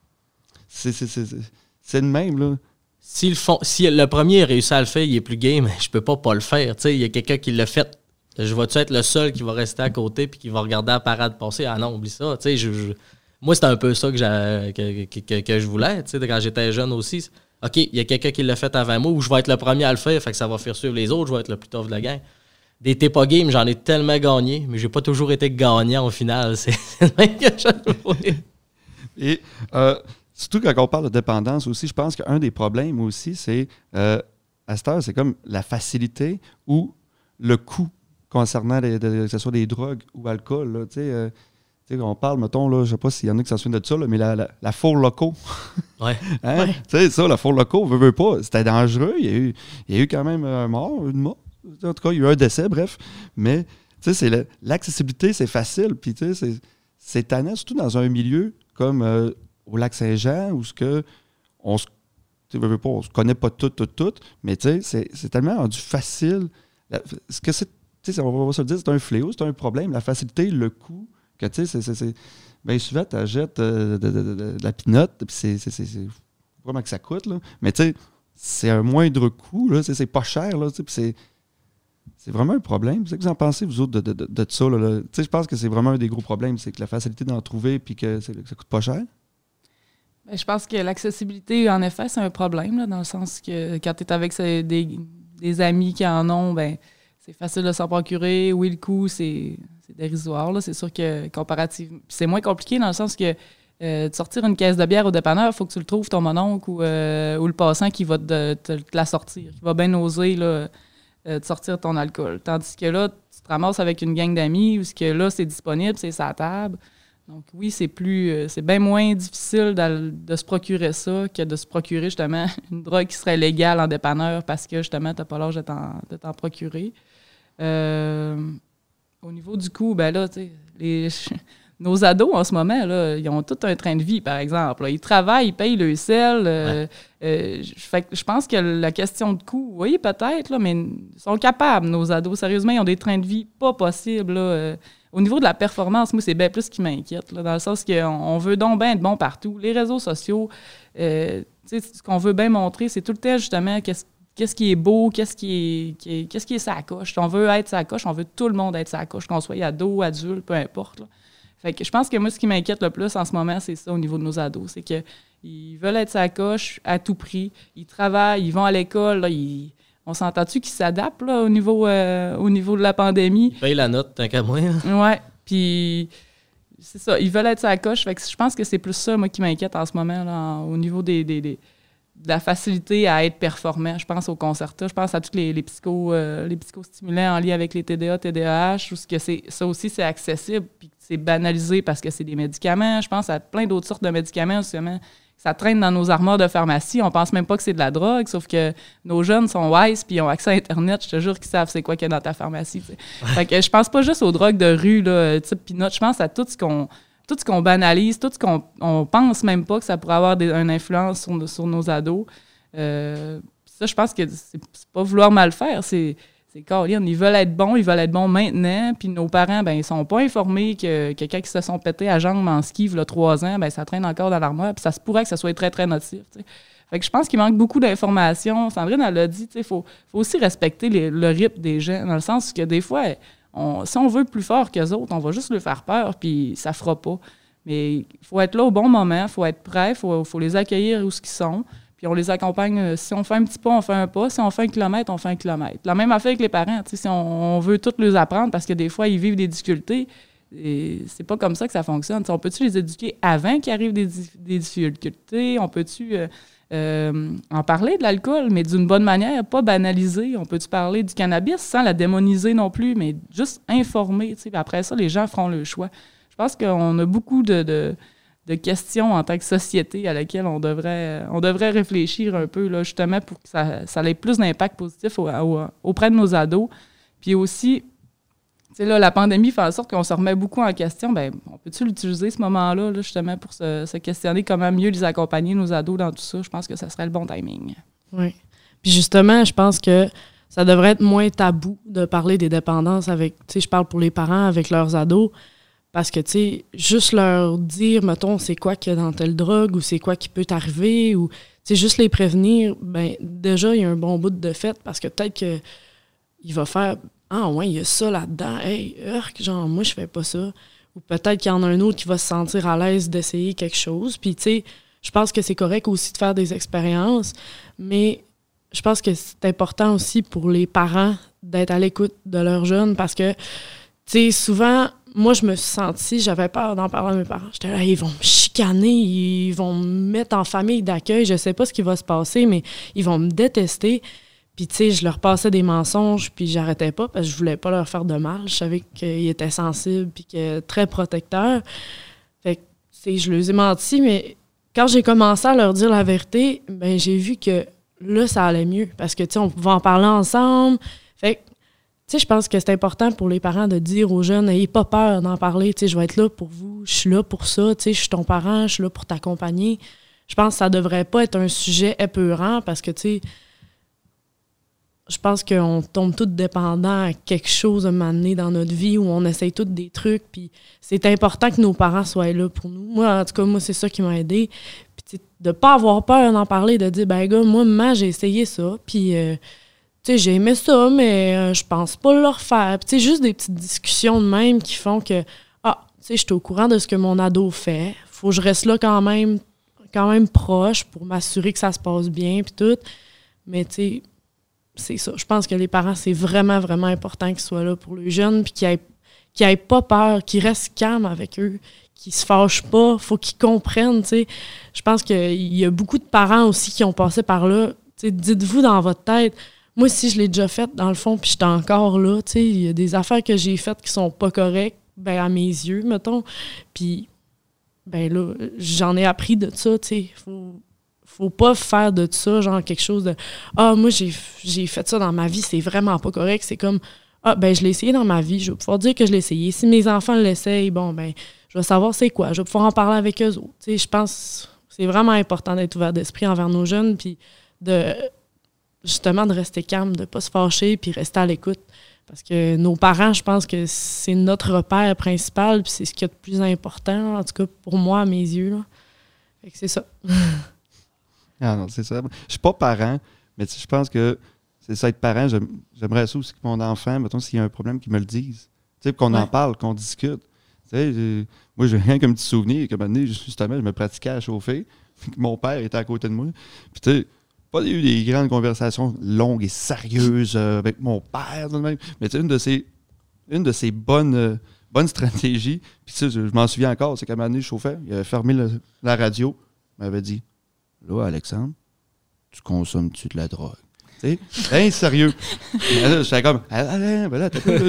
c'est, c'est, c'est, c'est, c'est le même, là. Si le, fond, si le premier a réussi à le faire, il est plus game, je peux pas pas le faire. Tu sais, il y a quelqu'un qui l'a fait. Je vais-tu être le seul qui va rester à côté puis qui va regarder la parade passer? Ah non, oublie ça. Tu sais, je, je... Moi, c'était un peu ça que, j'ai, que, que, que je voulais, tu sais, quand j'étais jeune aussi. OK, il y a quelqu'un qui l'a fait avant moi ou je vais être le premier à le faire, fait que ça va faire suivre les autres, je vais être le plus tough de la gang. des t'es pas game, j'en ai tellement gagné, mais j'ai pas toujours été gagnant au final. C'est, c'est le même que je Et euh, surtout quand on parle de dépendance aussi, je pense qu'un des problèmes aussi, c'est euh, à cette heure, c'est comme la facilité ou le coût concernant les, de, que ce soit des drogues ou alcool. Là, tu sais, euh, tu sais, on parle, mettons, là, je sais pas s'il y en a qui s'en souviennent de ça, là, mais la, la, la four loco. Ouais. Hein? Ouais. Tu sais, ça, la four loco, veut, veut pas, c'était dangereux. Il y a eu, il y a eu quand même un mort, une mort. En tout cas, il y a eu un décès, bref. Mais, tu sais, c'est le, l'accessibilité, c'est facile. Puis, tu sais, c'est, c'est tannant, surtout dans un milieu comme euh, au Lac-Saint-Jean, où ce que on se, tu sais, veut pas, on se connaît pas tout, tout, tout. Mais, tu sais, c'est, c'est tellement rendu facile. La, ce que c'est, tu sais, on va se le dire, c'est un fléau, c'est un problème. La facilité, le coût, que, tu sais, c'est, c'est, c'est bien souvent, tu achètes euh, de, de, de, de, de la pinotte, puis c'est, c'est, c'est, c'est vraiment que ça coûte, là. Mais, tu sais, c'est un moindre coût, là, c'est, c'est pas cher, là, tu sais, puis c'est, c'est vraiment un problème. C'est ce que vous en pensez, vous autres, de, de, de, de ça, là, là. Tu sais, je pense que c'est vraiment un des gros problèmes, c'est que la facilité d'en trouver, puis que, c'est, que ça coûte pas cher. Ben, je pense que l'accessibilité, en effet, c'est un problème, là, dans le sens que quand tu es avec ces- des, des amis qui en ont, ben c'est facile de s'en procurer. Oui, le coût, c'est, c'est dérisoire. Là. C'est sûr que comparativement... Puis c'est moins compliqué dans le sens que euh, de sortir une caisse de bière au dépanneur, il faut que tu le trouves, ton mononcle ou, euh, ou le passant qui va te, te- te la sortir, qui va bien oser là, euh, de sortir ton alcool. Tandis que là, tu te ramasses avec une gang d'amis où ce que là, c'est disponible, c'est sa table. Donc oui, c'est plus euh, c'est bien moins difficile de, de se procurer ça que de se procurer justement une drogue qui serait légale en dépanneur parce que justement, tu n'as pas l'âge de t'en, de t'en procurer. Euh, au niveau du coût, ben là, tu sais, les, nos ados en ce moment, là, ils ont tout un train de vie, par exemple. Là. Ils travaillent, ils payent le sel. Euh, Ouais. euh, fait que je pense que la question de coût, oui, peut-être, là, mais ils sont capables, nos ados. Sérieusement, ils ont des trains de vie pas possibles. Là, euh, Au niveau de la performance, moi, c'est bien plus ce qui m'inquiète, là, dans le sens qu'on on veut donc bien être bon partout. Les réseaux sociaux, euh, tu sais, ce qu'on veut bien montrer, c'est tout le temps, justement, qu'est-ce, qu'est-ce qui est beau, qu'est-ce qui est, qui est, qu'est-ce qui est sa coche. On veut être sa coche, on veut tout le monde être sa coche, qu'on soit ado, adulte, peu importe. Là. Fait que je pense que moi, ce qui m'inquiète le plus en ce moment, c'est ça au niveau de nos ados. C'est qu'ils veulent être sa coche à tout prix. Ils travaillent, ils vont à l'école, là, ils... On s'entend-tu qu'ils s'adaptent là, au, niveau, euh, au niveau de la pandémie? Paye la note, tant qu'à moi. Hein. Ouais, puis c'est ça, ils veulent être sur la coche. Fait que je pense que c'est plus ça, moi, qui m'inquiète en ce moment, là, en- au niveau des, des, des- de la facilité à être performant. Je pense au Concerta, je pense à tous les, les, psycho, euh, les psychostimulants en lien avec les T D A, T D A H, où ce que c'est, ça aussi, c'est accessible, puis que c'est banalisé parce que c'est des médicaments. Je pense à plein d'autres sortes de médicaments, justement. Ça traîne dans nos armoires de pharmacie. On pense même pas que c'est de la drogue, sauf que nos jeunes sont wise puis ils ont accès à Internet. Je te jure qu'ils savent c'est quoi qu'il y a dans ta pharmacie. T'sais. Fait que je pense pas juste aux drogues de rue, là, type Pinot. Je pense à tout ce qu'on tout ce qu'on banalise, tout ce qu'on on pense même pas que ça pourrait avoir des, une influence sur, sur nos ados. Euh, ça, je pense que c'est, c'est pas vouloir mal faire. C'est C'est Caroline, ils veulent être bons, ils veulent être bons maintenant, puis nos parents, ben ils sont pas informés que, que quand ils se sont pétés à jambe en ski, il y a trois ans, ben ça traîne encore dans l'armoire, puis ça se pourrait que ça soit très, très nocif. T'sais. Fait que je pense qu'il manque beaucoup d'informations. Sandrine, elle l'a dit, il faut, faut aussi respecter les, le rythme des gens, dans le sens que des fois, on, si on veut plus fort qu'eux autres, on va juste leur faire peur, puis ça fera pas. Mais il faut être là au bon moment, il faut être prêt, il faut, faut les accueillir où ce qu'ils sont. Puis on les accompagne. Si on fait un petit pas, on fait un pas. Si on fait un kilomètre, on fait un kilomètre. La même affaire avec les parents. Si on, on veut tout les apprendre parce que des fois, ils vivent des difficultés, et c'est pas comme ça que ça fonctionne. T'sais, on peut-tu les éduquer avant qu'il arrive des, des difficultés? On peut-tu euh, euh, en parler de l'alcool, mais d'une bonne manière, pas banaliser? On peut-tu parler du cannabis sans la démoniser non plus, mais juste informer? Puis après ça, les gens feront le choix. Je pense qu'on a beaucoup de... de de questions en tant que société à laquelle on devrait, on devrait réfléchir un peu, là, justement, pour que ça, ça ait plus d'impact positif au, au, auprès de nos ados. Puis aussi, tu sais, là, la pandémie fait en sorte qu'on se remet beaucoup en question. Bien, on peut-tu l'utiliser, ce moment-là, là, justement, pour se, se questionner comment mieux les accompagner, nos ados, dans tout ça? Je pense que ça serait le bon timing. Oui. Puis justement, je pense que ça devrait être moins tabou de parler des dépendances avec, tu sais, je parle pour les parents avec leurs ados, parce que, tu sais, juste leur dire, mettons, c'est quoi qu'il y a dans telle drogue ou c'est quoi qui peut t'arriver ou, tu sais, juste les prévenir, ben déjà, il y a un bon bout de fait parce que peut-être qu'il va faire « Ah ouais, il y a ça là-dedans. Hey, urk, genre, moi, je fais pas ça. » Ou peut-être qu'il y en a un autre qui va se sentir à l'aise d'essayer quelque chose. Puis, tu sais, je pense que c'est correct aussi de faire des expériences, mais je pense que c'est important aussi pour les parents d'être à l'écoute de leurs jeunes parce que, tu sais, souvent, moi, je me suis sentie, j'avais peur d'en parler à mes parents. J'étais là, ils vont me chicaner, ils vont me mettre en famille d'accueil, je sais pas ce qui va se passer, mais ils vont me détester. Puis, tu sais, je leur passais des mensonges, puis j'arrêtais pas parce que je voulais pas leur faire de mal. Je savais qu'ils étaient sensibles, puis que très protecteurs. Fait que, tu sais, je leur ai menti, mais quand j'ai commencé à leur dire la vérité, ben j'ai vu que là, ça allait mieux. Parce que, tu sais, on pouvait en parler ensemble. Fait que, tu sais, je pense que c'est important pour les parents de dire aux jeunes, n'ayez pas peur d'en parler. Tu sais, je vais être là pour vous, je suis là pour ça. Tu sais, je suis ton parent, je suis là pour t'accompagner. Je pense que ça devrait pas être un sujet épeurant parce que, tu sais, je pense qu'on tombe tous dépendants à quelque chose à un moment donné dans notre vie où on essaye tous des trucs. Puis c'est important que nos parents soient là pour nous. Moi, en tout cas, moi, c'est ça qui m'a aidé. Puis de ne pas avoir peur d'en parler, de dire, ben gars, moi, maman, j'ai essayé ça. Puis, euh, tu sais, j'ai aimé ça, mais euh, je pense pas le refaire. Puis, tu sais, juste des petites discussions de même qui font que, ah, tu sais, je suis au courant de ce que mon ado fait. Faut que je reste là quand même, quand même proche pour m'assurer que ça se passe bien, puis tout. Mais, tu sais, c'est ça. Je pense que les parents, c'est vraiment, vraiment important qu'ils soient là pour les jeunes puis qu'ils aient, qu'ils aient pas peur, qu'ils restent calmes avec eux, qu'ils se fâchent pas. Faut qu'ils comprennent, tu sais. Je pense qu'il y a beaucoup de parents aussi qui ont passé par là. Tu sais, dites-vous dans votre tête, moi, si je l'ai déjà fait, dans le fond, puis j'étais encore là, tu sais, il y a des affaires que j'ai faites qui sont pas correctes, ben à mes yeux, mettons. Puis, ben là, j'en ai appris de ça, tu sais. Faut... Faut pas faire de ça, genre quelque chose de « Ah, moi, j'ai, j'ai fait ça dans ma vie, c'est vraiment pas correct. » C'est comme « Ah, ben je l'ai essayé dans ma vie, je vais pouvoir dire que je l'ai essayé. Si mes enfants l'essayent, bon, ben je vais savoir c'est quoi. Je vais pouvoir en parler avec eux autres. » Tu sais, je pense que c'est vraiment important d'être ouvert d'esprit envers nos jeunes, puis de, justement, de rester calme, de pas se fâcher, puis rester à l'écoute. Parce que nos parents, je pense que c'est notre repère principal, puis c'est ce qu'il y a de plus important, en tout cas pour moi, à mes yeux. Là. Fait que c'est ça. Ah non, c'est ça. Je suis pas parent, mais je pense que c'est ça, être parent, j'aime, j'aimerais ça aussi que mon enfant, mettons, s'il y a un problème, qu'il me le dise. Tu sais, qu'on ouais. en parle, qu'on discute. Tu sais, j'ai, moi, j'ai rien comme petit souvenir, comme année, justement, je me pratiquais à chauffer, mon père était à côté de moi. Puis tu sais, pas eu des grandes conversations longues et sérieuses euh, avec mon père, même. Mais tu sais, une de ces, une de ces bonnes, euh, bonnes stratégies, puis tu sais, je, je m'en souviens encore, c'est qu'à un moment donné, je chauffais, il avait fermé le, la radio, il m'avait dit, là, Alexandre, tu consommes-tu de la drogue? Tu sais, hein, sérieux. Je suis comme, ah, ben là, t'as pas plus.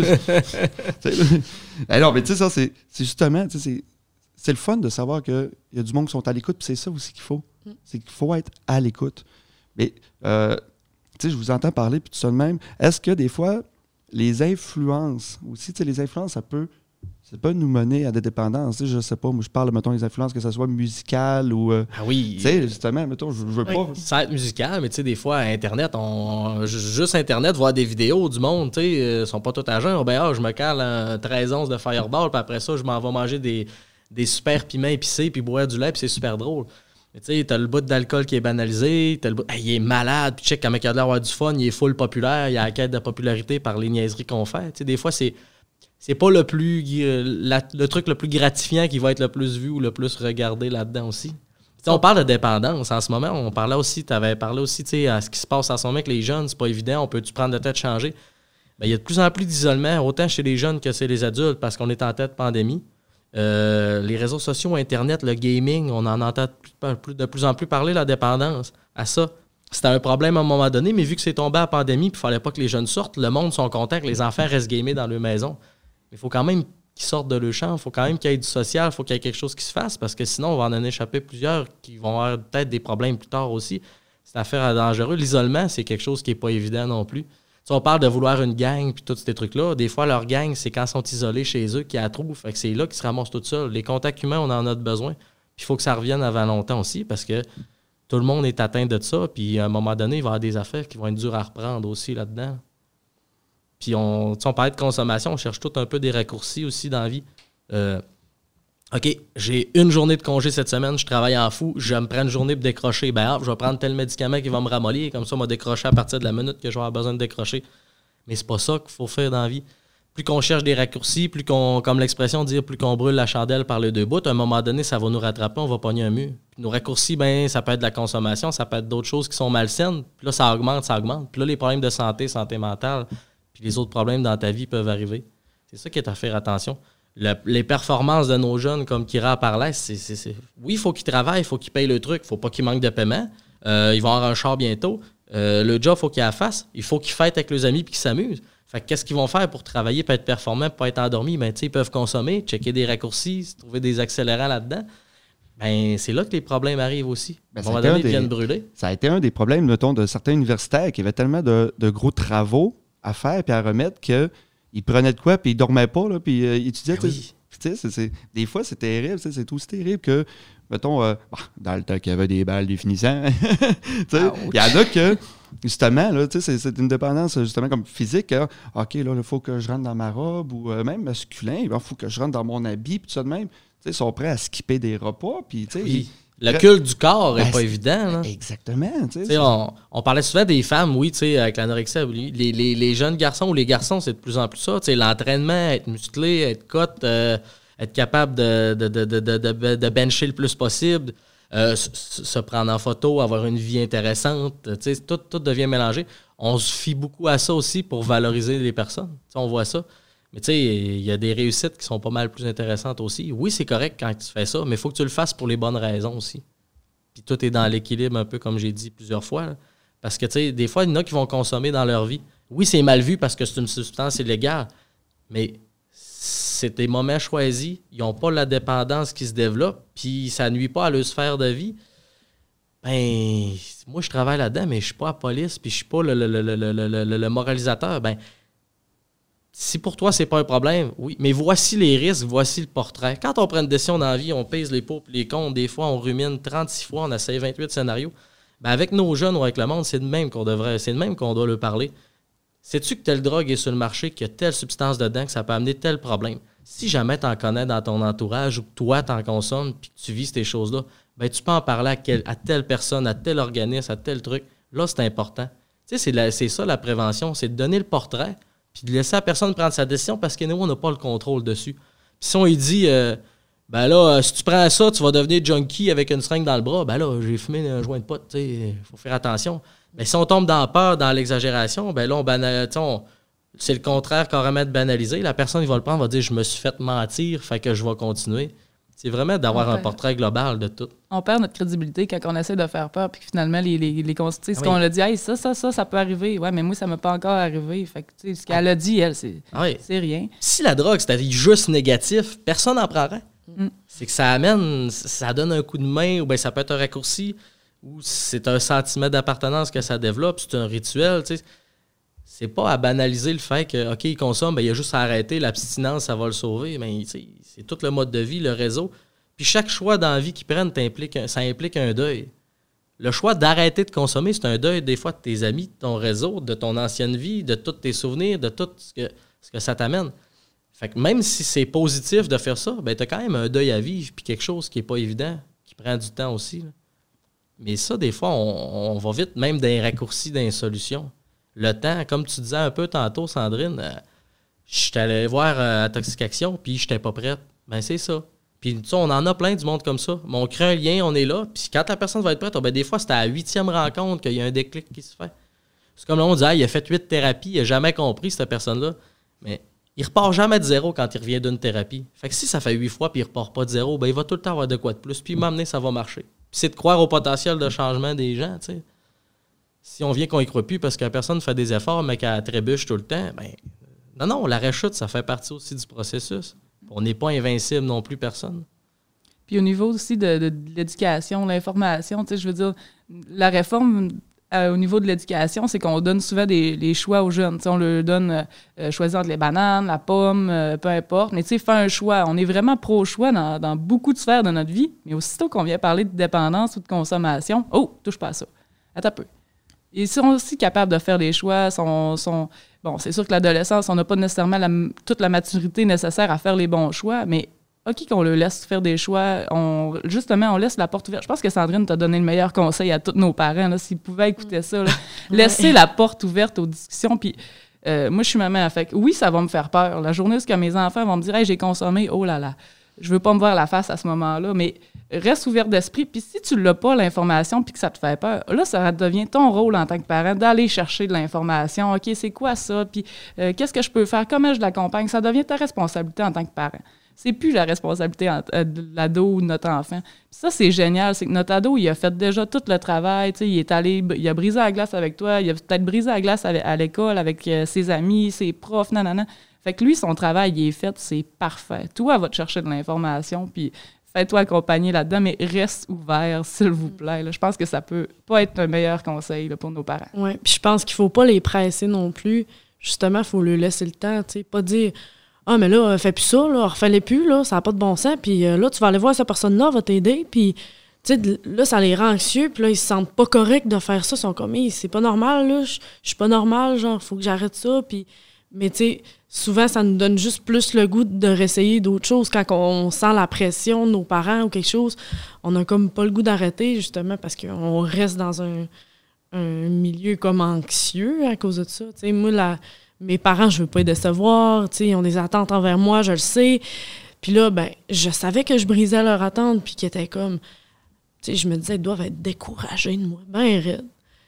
Alors, mais tu sais, ça, c'est, c'est justement, tu sais, c'est, c'est le fun de savoir qu'il y a du monde qui sont à l'écoute, puis c'est ça aussi qu'il faut. C'est qu'il faut être à l'écoute. Mais, euh, tu sais, je vous entends parler, puis tout ça de même. Est-ce que des fois, les influences aussi, tu sais, les influences, ça peut. C'est pas nous mener à des dépendances. Je sais pas, moi, je parle, mettons, des influences, que ce soit musicales ou... Euh, ah oui. Tu sais, justement, mettons, je, je veux oui, pas... Ça va être musical, mais tu sais, des fois, Internet, on, juste Internet, voir des vidéos du monde, tu sais, ils sont pas tous à jeun. Ben, ah, je me cale un treize onces de Fireball, puis après ça, je m'en vais manger des, des super piments épicés, puis boire du lait, puis c'est super drôle. Mais tu sais, t'as le bout d'alcool qui est banalisé, t'as le bout... Hey, il est malade, puis check comment il a l'air d'avoir du fun, il est full populaire, il a la quête de popularité par les niaiseries qu'on fait. Tu sais, des fois, c'est... C'est pas le plus la, le truc le plus gratifiant qui va être le plus vu ou le plus regardé là-dedans aussi. T'sais, on parle de dépendance en ce moment. On parlait aussi, tu avais parlé aussi à ce qui se passe en ce moment avec les jeunes. C'est pas évident. On peut-tu prendre de tête changer? Ben, il y a de plus en plus d'isolement, autant chez les jeunes que chez les adultes, parce qu'on est en tête pandémie. Euh, les réseaux sociaux, Internet, le gaming, on en entend de plus en plus parler, la dépendance à ça. C'était un problème à un moment donné, mais vu que c'est tombé à la pandémie et qu'il ne fallait pas que les jeunes sortent, le monde sont contents que les enfants restent gamés dans leur maison. Mais il faut quand même qu'ils sortent de leur champ, il faut quand même qu'il y ait du social, il faut qu'il y ait quelque chose qui se fasse, parce que sinon, on va en échapper plusieurs qui vont avoir peut-être des problèmes plus tard aussi. C'est une affaire dangereuse. L'isolement, c'est quelque chose qui n'est pas évident non plus. Si on parle de vouloir une gang puis tous ces trucs-là, des fois, leur gang, c'est quand ils sont isolés chez eux qu'ils la trouvent. Fait que c'est là qu'ils se ramassent tout seuls. Les contacts humains, on en a besoin. Puis il faut que ça revienne avant longtemps aussi, parce que tout le monde est atteint de ça. Puis à un moment donné, il va y avoir des affaires qui vont être dures à reprendre aussi là-dedans. Puis on, on parlait de consommation, on cherche tout un peu des raccourcis aussi dans la vie. Euh, OK, j'ai une journée de congé cette semaine, je travaille en fou, je me prends une journée pour décrocher. Ben, ah, je vais prendre tel médicament qui va me ramollir, comme ça, on va décrocher à partir de la minute que je vais avoir besoin de décrocher. Mais c'est pas ça qu'il faut faire dans la vie. plus qu'on cherche des raccourcis, plus qu'on, comme l'expression dit, plus qu'on brûle la chandelle par les deux bouts, à un moment donné, ça va nous rattraper, on va pogner un mur. Puis nos raccourcis, ben, ça peut être de la consommation, ça peut être d'autres choses qui sont malsaines. Puis là, ça augmente, ça augmente. Puis là, les problèmes de santé, santé mentale, puis les autres problèmes dans ta vie peuvent arriver. C'est ça qui est à faire attention. Le, les performances de nos jeunes, comme Kira parlait, c'est, c'est, c'est... oui, il faut qu'ils travaillent, il faut qu'ils payent le truc, il ne faut pas qu'ils manquent de paiement. Euh, ils vont avoir un char bientôt. Euh, le job, il faut qu'ils la fassent. Il faut qu'ils fêtent avec leurs amis et qu'ils s'amusent. Fait que qu'est-ce qu'ils vont faire pour travailler, pour être performants, pour pas être endormis? Ben, ils peuvent consommer, checker des raccourcis, trouver des accélérants là-dedans. Ben, c'est là que les problèmes arrivent aussi. Ben, à un moment donné, ils viennent brûler. Ça a été un des problèmes, mettons, de certains universitaires qui avaient tellement de, de gros travaux à faire et à remettre qu'ils prenaient de quoi puis ils dormaient pas, là, puis euh, ils étudiaient. Ben oui. C'est, c'est, des fois, c'est terrible. C'est aussi terrible que, mettons, euh, dans le temps qu'il y avait des balles définissants, il y en a que, justement, là, c'est, c'est une dépendance justement comme physique. Hein. OK, là, il faut que je rentre dans ma robe ou euh, même masculin. Il faut que je rentre dans mon habit, puis tout ça de même. Ils sont prêts à skipper des repas. Puis, oui. ils... Le culte du corps n'est ben, pas évident. Là. Exactement. On, on parlait souvent des femmes, oui, avec l'anorexie. Les, les, les jeunes garçons ou les garçons, c'est de plus en plus ça. L'entraînement, être musclé, être cote, euh, être capable de, de, de, de, de, de, de bencher le plus possible, euh, se, se prendre en photo, avoir une vie intéressante. Tout, tout devient mélangé. On se fie beaucoup à ça aussi pour valoriser les personnes. T'sais, on voit ça. Mais tu sais, il y a des réussites qui sont pas mal plus intéressantes aussi. Oui, c'est correct quand tu fais ça, mais il faut que tu le fasses pour les bonnes raisons aussi. Puis tout est dans l'équilibre, un peu comme j'ai dit plusieurs fois. Là. Parce que, tu sais, des fois, il y en a qui vont consommer dans leur vie. Oui, c'est mal vu parce que c'est une substance illégale, mais c'est des moments choisis. Ils n'ont pas la dépendance qui se développe, puis ça nuit pas à leur sphère de vie. Ben, moi, je travaille là-dedans, mais je suis pas à la police, puis je suis pas le, le, le, le, le, le, le moralisateur. Ben, si pour toi, c'est pas un problème, oui, mais voici les risques, voici le portrait. Quand on prend une décision dans la vie, on pèse les pour et les contre, des fois, on rumine trente-six fois, on essaie vingt-huit scénarios. Ben avec nos jeunes ou avec le monde, c'est de même qu'on devrait, c'est de même qu'on doit leur parler. Sais-tu que telle drogue est sur le marché, qu'il y a telle substance dedans, que ça peut amener tel problème? Si jamais tu en connais dans ton entourage ou que toi, tu en consommes puis que tu vis ces choses-là, ben tu peux en parler à, quel, à telle personne, à tel organisme, à tel truc. Là, c'est important. Tu sais, c'est, la, c'est ça la prévention, c'est de donner le portrait puis de laisser la personne prendre sa décision parce que nous, on n'a pas le contrôle dessus. Puis si on lui dit, euh, ben là, si tu prends ça, tu vas devenir junkie avec une seringue dans le bras, ben là, j'ai fumé un joint de pote, tu sais, il faut faire attention. Mais si on tombe dans la peur, dans l'exagération, ben là, on banal, on, c'est le contraire carrément de banaliser. La personne qui va le prendre va dire, je me suis fait mentir, fait que je vais continuer. C'est vraiment d'avoir un portrait global de tout. On perd notre crédibilité quand on essaie de faire peur, puis finalement, les, les, les constituer, ce ah oui. qu'on a dit, hey, ça, ça, ça, ça peut arriver. Ouais, mais moi, ça ne m'est pas encore arrivé. Fait que, tu sais, ce qu'elle a dit, elle, c'est, ah oui. c'est rien. Si la drogue, c'était juste négatif, personne n'en prendrait. Mm. C'est que ça amène, ça donne un coup de main, ou bien ça peut être un raccourci, ou c'est un sentiment d'appartenance que ça développe, c'est un rituel, tu sais. C'est pas à banaliser le fait que, OK, il consomme, ben, il y a juste à arrêter, l'abstinence, ça va le sauver. Mais c'est tout le mode de vie, le réseau. Puis chaque choix dans la vie qu'ils prennent, ça implique un deuil. Le choix d'arrêter de consommer, c'est un deuil des fois de tes amis, de ton réseau, de ton ancienne vie, de tous tes souvenirs, de tout ce que, ce que ça t'amène. Fait que même si c'est positif de faire ça, ben tu as quand même un deuil à vivre, puis quelque chose qui n'est pas évident, qui prend du temps aussi. Là. Mais ça, des fois, on, on va vite, même dans les raccourcis, dans les solutions. Le temps, comme tu disais un peu tantôt, Sandrine, euh, je suis allé voir euh, Intoxication, puis je n'étais pas prête. Ben c'est ça. Puis tu sais, on en a plein du monde comme ça. Mais on crée un lien, on est là, puis quand la personne va être prête, oh, ben, des fois, c'est à la huitième rencontre qu'il y a un déclic qui se fait. C'est comme là, on dit, ah, il a fait huit thérapies, il n'a jamais compris, cette personne-là. Mais il repart jamais de zéro quand il revient d'une thérapie. Fait que si ça fait huit fois, puis il repart pas de zéro, ben il va tout le temps avoir de quoi de plus, puis m'amener, ça va marcher. Puis c'est de croire au potentiel de changement des gens, tu sais. Si on vient qu'on y croit plus parce que la personne fait des efforts, mais qu'elle trébuche tout le temps, ben non, non, la rechute, ça fait partie aussi du processus. On n'est pas invincible non plus, personne. Puis au niveau aussi de, de, de l'éducation, l'information, tu sais, je veux dire, la réforme euh, au niveau de l'éducation, c'est qu'on donne souvent des, des choix aux jeunes. Tu sais, on leur donne euh, choisir entre les bananes, la pomme, euh, peu importe. Mais tu sais, faire un choix. On est vraiment pro-choix dans, dans beaucoup de sphères de notre vie. Mais aussitôt qu'on vient parler de dépendance ou de consommation, oh, touche pas à ça. Attends un peu. Ils sont aussi capables de faire des choix. Sont, sont... Bon, c'est sûr que l'adolescence, on n'a pas nécessairement la, toute la maturité nécessaire à faire les bons choix, mais OK qu'on le laisse faire des choix. On, justement, on laisse la porte ouverte. Je pense que Sandrine t'a donné le meilleur conseil à tous nos parents, là, s'ils pouvaient écouter ça. Là. Laisser la porte ouverte aux discussions. Puis, Euh, moi, je suis maman. Fait que oui, ça va me faire peur. La journée où mes enfants vont me dire hey, « j'ai consommé, oh là là ». Je veux pas me voir la face à ce moment-là, mais reste ouvert d'esprit. Puis si tu l'as pas, l'information, puis que ça te fait peur, là, ça devient ton rôle en tant que parent d'aller chercher de l'information. OK, c'est quoi ça? Puis euh, qu'est-ce que je peux faire? Comment je l'accompagne? Ça devient ta responsabilité en tant que parent. C'est plus la responsabilité en, euh, de l'ado ou de notre enfant. Puis ça, c'est génial. C'est que notre ado, il a fait déjà tout le travail. Tu sais, il est allé, il a brisé la glace avec toi. Il a peut-être brisé la glace à, à l'école avec euh, ses amis, ses profs, nanana. Fait que lui, son travail, il est fait, c'est parfait. Toi, va te chercher de l'information, puis fais-toi accompagner là-dedans, mais reste ouvert, s'il vous plaît. Là. Je pense que ça peut pas être un meilleur conseil là, pour nos parents. Oui, puis je pense qu'il faut pas les presser non plus. Justement, il faut leur laisser le temps, tu sais, pas dire « Ah, mais là, fais plus ça, là, refais-les plus, là, ça n'a pas de bon sens, puis euh, là, tu vas aller voir cette personne-là, va t'aider, puis... » Tu sais, là, ça les rend anxieux, puis là, ils se sentent pas corrects de faire ça. Ils sont comme hey, « C'est pas normal, là, je suis pas normal, genre, faut que j'arrête ça, puis... » Mais tu sais, souvent, ça nous donne juste plus le goût de réessayer d'autres choses. Quand on sent la pression de nos parents ou quelque chose, on n'a comme pas le goût d'arrêter, justement, parce qu'on reste dans un, un milieu comme anxieux à cause de ça. Tu sais, moi, la, mes parents, je veux pas les décevoir. Tu sais, ils ont des attentes envers moi, je le sais. Puis là, ben, je savais que je brisais leurs attentes, puis qu'ils étaient comme... Tu sais, je me disais, ils doivent être découragés de moi, ben raide.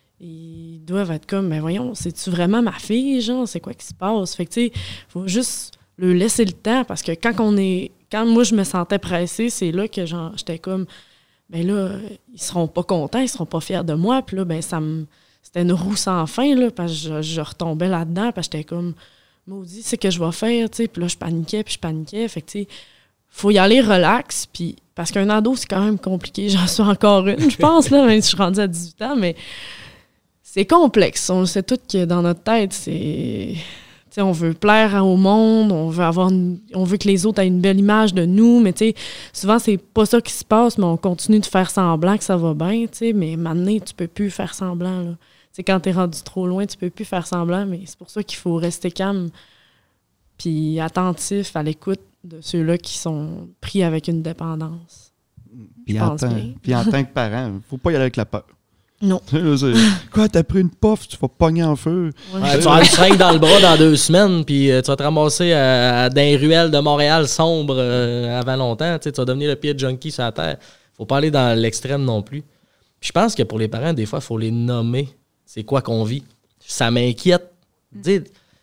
Ils doivent être comme, mais voyons, c'est-tu vraiment ma fille, genre, c'est quoi qui se passe? Fait que, tu sais, faut juste leur laisser le temps, parce que quand on est, quand moi, je me sentais pressée, c'est là que, genre, j'étais comme, ben là, ils seront pas contents, ils seront pas fiers de moi, puis là, ben, ça me, c'était une roue sans fin, là, parce que je, je retombais là-dedans, parce que j'étais comme, maudit, c'est que je vais faire, tu sais, puis là, je paniquais, puis je paniquais, fait que, tu sais, faut y aller relax, puis, parce qu'un ado, c'est quand même compliqué, j'en suis encore une, je pense, là, même si je suis rendue à dix-huit ans, mais c'est complexe. On le sait tous que dans notre tête, c'est... T'sais, on veut plaire au monde, on veut avoir une... on veut que les autres aient une belle image de nous, mais t'sais, souvent, c'est pas ça qui se passe, mais on continue de faire semblant que ça va bien, t'sais, mais maintenant, tu peux plus faire semblant. Là. T'sais, quand t'es rendu trop loin, tu peux plus faire semblant, mais c'est pour ça qu'il faut rester calme puis attentif à l'écoute de ceux-là qui sont pris avec une dépendance. Puis en, tant, puis en tant que parent, faut pas y aller avec la peur. Non. Quoi, t'as pris une puff, tu vas pogner en feu. Ouais. Ouais, tu vas avoir une seringue dans le bras dans deux semaines, puis euh, tu vas te ramasser à, à, dans les ruelles de Montréal sombres euh, avant longtemps. Tu vas devenir le pire junkie sur la terre. Faut pas aller dans l'extrême non plus. Puis je pense que pour les parents, des fois, il faut les nommer. C'est quoi qu'on vit. Ça m'inquiète. Mm.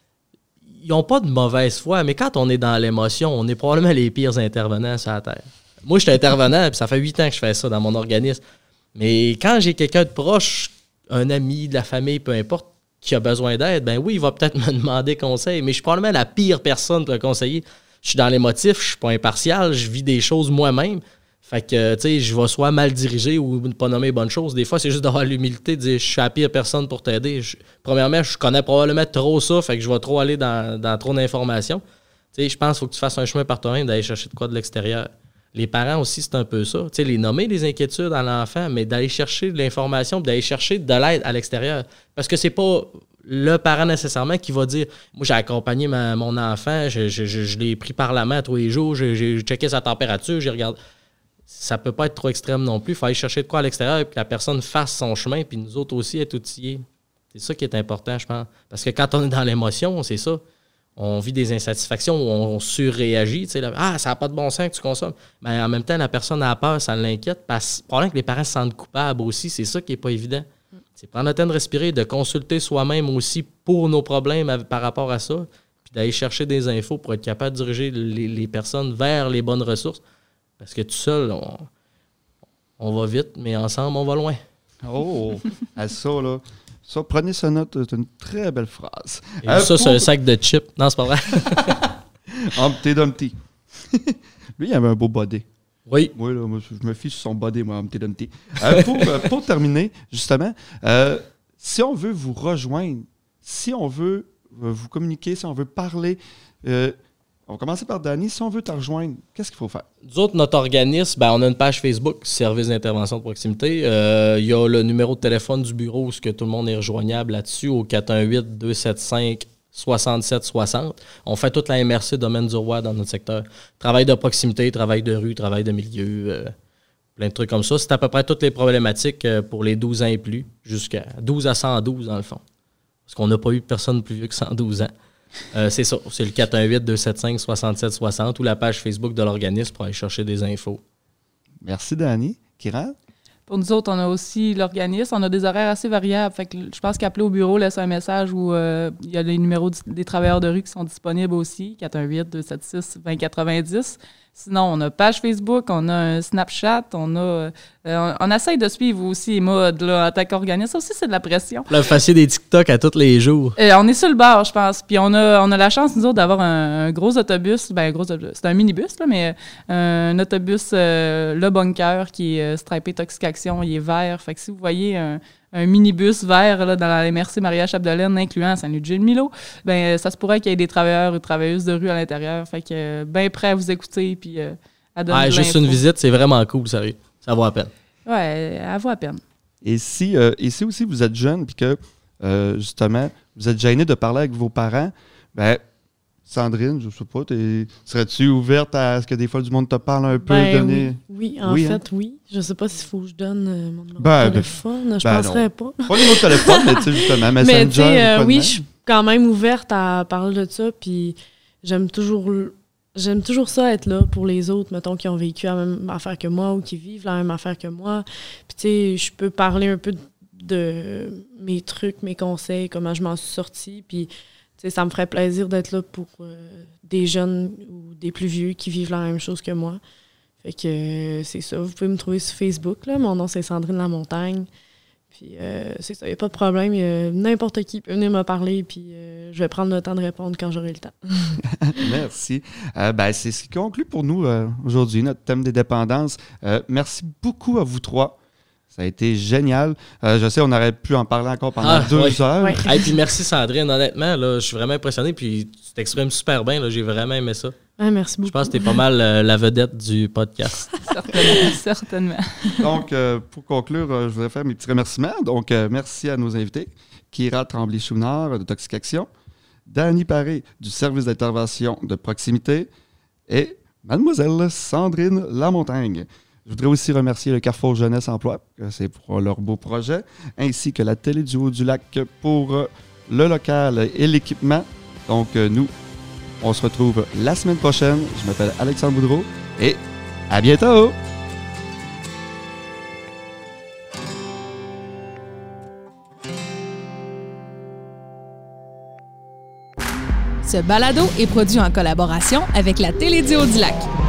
Ils n'ont pas de mauvaise foi, mais quand on est dans l'émotion, on est probablement les pires intervenants sur la terre. Moi, je suis intervenant, puis ça fait huit ans que je fais ça dans mon organisme. Mais quand j'ai quelqu'un de proche, un ami, de la famille, peu importe, qui a besoin d'aide, ben oui, il va peut-être me demander conseil, mais je suis probablement la pire personne pour le conseiller. Je suis dans l'émotif, je suis pas impartial, je vis des choses moi-même. Fait que, tu sais, je vais soit mal dirigé ou ne pas nommer les bonnes choses. Des fois, c'est juste d'avoir l'humilité de dire « je suis la pire personne pour t'aider ». Premièrement, je connais probablement trop ça, fait que je vais trop aller dans, dans trop d'informations. Tu sais, je pense qu'il faut que tu fasses un chemin par toi-même d'aller chercher de quoi de l'extérieur. Les parents aussi, c'est un peu ça. Tu sais, les nommer les inquiétudes à l'enfant, mais d'aller chercher de l'information, d'aller chercher de l'aide à l'extérieur. Parce que c'est pas le parent nécessairement qui va dire « moi, j'ai accompagné ma, mon enfant, je, je, je, je l'ai pris par la main tous les jours, j'ai, j'ai checké sa température, j'ai regardé... » Ça peut pas être trop extrême non plus. Il faut aller chercher de quoi à l'extérieur et que la personne fasse son chemin, puis nous autres aussi être outillés. C'est ça qui est important, je pense. Parce que quand on est dans l'émotion, c'est ça. On vit des insatisfactions, on surréagit. Tu sais, là, ah, ça n'a pas de bon sens que tu consommes. Mais en même temps, la personne a peur, ça l'inquiète. Parce que problème que les parents se sentent coupables aussi, c'est ça qui n'est pas évident. Mm. C'est prendre le temps de respirer, de consulter soi-même aussi pour nos problèmes par rapport à ça, puis d'aller chercher des infos pour être capable de diriger les, les personnes vers les bonnes ressources. Parce que tout seul, on, on va vite, mais ensemble, on va loin. Oh, à ça, là. Ça, prenez ça note, c'est une très belle phrase. Et euh, ça, pour... c'est un sac de chips. Non, c'est pas vrai. Humpty Dumpty. Lui, il avait un beau body. Oui. Moi, là, moi, je me fie sur son body, moi, Humpty Dumpty. Euh, pour, euh, pour terminer, justement, euh, si on veut vous rejoindre, si on veut euh, vous communiquer, si on veut parler, euh, on va commencer par Danny. Si on veut te rejoindre, qu'est-ce qu'il faut faire? Nous autres, notre organisme, ben, on a une page Facebook, Service d'intervention de proximité. Il euh, y a le numéro de téléphone du bureau où que tout le monde est rejoignable là-dessus, au quatre un huit, deux sept cinq, six sept six zéro. On fait toute la M R C domaine du roi dans notre secteur. Travail de proximité, travail de rue, travail de milieu, euh, plein de trucs comme ça. C'est à peu près toutes les problématiques pour les douze ans et plus, jusqu'à douze à cent douze dans le fond. parce qu'on n'a pas eu personne plus vieux que cent douze ans. Euh, c'est ça, c'est le quatre un huit, deux sept cinq, six sept six zéro ou la page Facebook de l'organisme pour aller chercher des infos. Merci, Dani. Kiran? Pour nous autres, on a aussi l'organisme. On a des horaires assez variables. Fait que je pense qu'appeler au bureau, laisser un message où euh, il y a les numéros des travailleurs de rue qui sont disponibles aussi, quatre un huit, deux sept six, deux zéro quatre-vingt-dix. Sinon, on a page Facebook, on a un Snapchat, on a... Euh, on, on essaye de suivre aussi les modes là, en tant qu'organisme. Ça aussi, c'est de la pression. Là, vous fassiez des TikTok à tous les jours. Euh, on est sur le bord, je pense. Puis on a, on a la chance, nous autres, d'avoir un, un gros autobus. Ben, gros autobus. C'est un minibus, là, mais euh, un autobus, euh, le bunker, qui est euh, stripé Toxic-Action, il est vert. Fait que si vous voyez un, un minibus vert là, dans la M R C Maria-Chapdelaine, incluant Saint-Louis-de-Gilles-Milo, ben, ça se pourrait qu'il y ait des travailleurs ou travailleuses de rue à l'intérieur. Fait que euh, bien prêt à vous écouter puis euh, à donner Ouais, de juste l'info. une visite, c'est vraiment cool, sérieux. Ça vaut la peine. Ouais, elle vaut à peine. Et si, euh, et si aussi vous êtes jeune puis que, euh, justement, vous êtes gêné de parler avec vos parents, ben Sandrine, je sais pas, t'es- serais-tu ouverte à ce que des fois du monde te parle un peu? Ben donner... oui, oui, en Oui, hein? fait, oui. Je sais pas s'il faut que je donne euh, mon numéro Ben, de ben, téléphone. Je ben penserais pas. Pas le numéro de téléphone, mais tu sais, justement, Messenger. Mais tu sais, ou euh, quoi de oui, même. je suis quand même ouverte à parler de ça, puis j'aime toujours j'aime toujours ça, être là pour les autres, mettons, qui ont vécu la même affaire que moi ou qui vivent la même affaire que moi. Puis tu sais, je peux parler un peu de, de mes trucs, mes conseils, comment je m'en suis sortie, puis tu sais, ça me ferait plaisir d'être là pour euh, des jeunes ou des plus vieux qui vivent la même chose que moi. Fait que euh, c'est ça. Vous pouvez me trouver sur Facebook, là. Mon nom, c'est Sandrine Lamontagne. Puis euh, c'est ça, il n'y a pas de problème. Y a n'importe qui peut venir me parler, puis euh, je vais prendre le temps de répondre quand j'aurai le temps. Merci. Euh, ben, c'est ce qui conclut pour nous euh, aujourd'hui, notre thème des dépendances. Euh, merci beaucoup à vous trois. Ça a été génial. Euh, je sais, on aurait pu en parler encore pendant Ah, deux ouais. heures. Ouais. Et puis merci Sandrine, honnêtement, là, je suis vraiment impressionné, puis tu t'exprimes super bien, là, j'ai vraiment aimé ça. Ah, merci beaucoup. Je pense que t'es pas mal euh, la vedette du podcast. Certainement. certainement. Donc, euh, pour conclure, euh, je voudrais faire mes petits remerciements. Donc, euh, merci à nos invités. Kira Tremblay-Chouinard de Toxic-Action, Dani Paré du service d'intervention de proximité et mademoiselle Sandrine Lamontagne. Je voudrais aussi remercier le Carrefour Jeunesse Emploi, que c'est pour leur beau projet, ainsi que la Télé du Haut-du-Lac pour euh, le local et l'équipement. Donc, euh, nous, on se retrouve la semaine prochaine. Je m'appelle Alexandre Boudreau et à bientôt! Ce balado est produit en collaboration avec la Télé du Haut-du-Lac.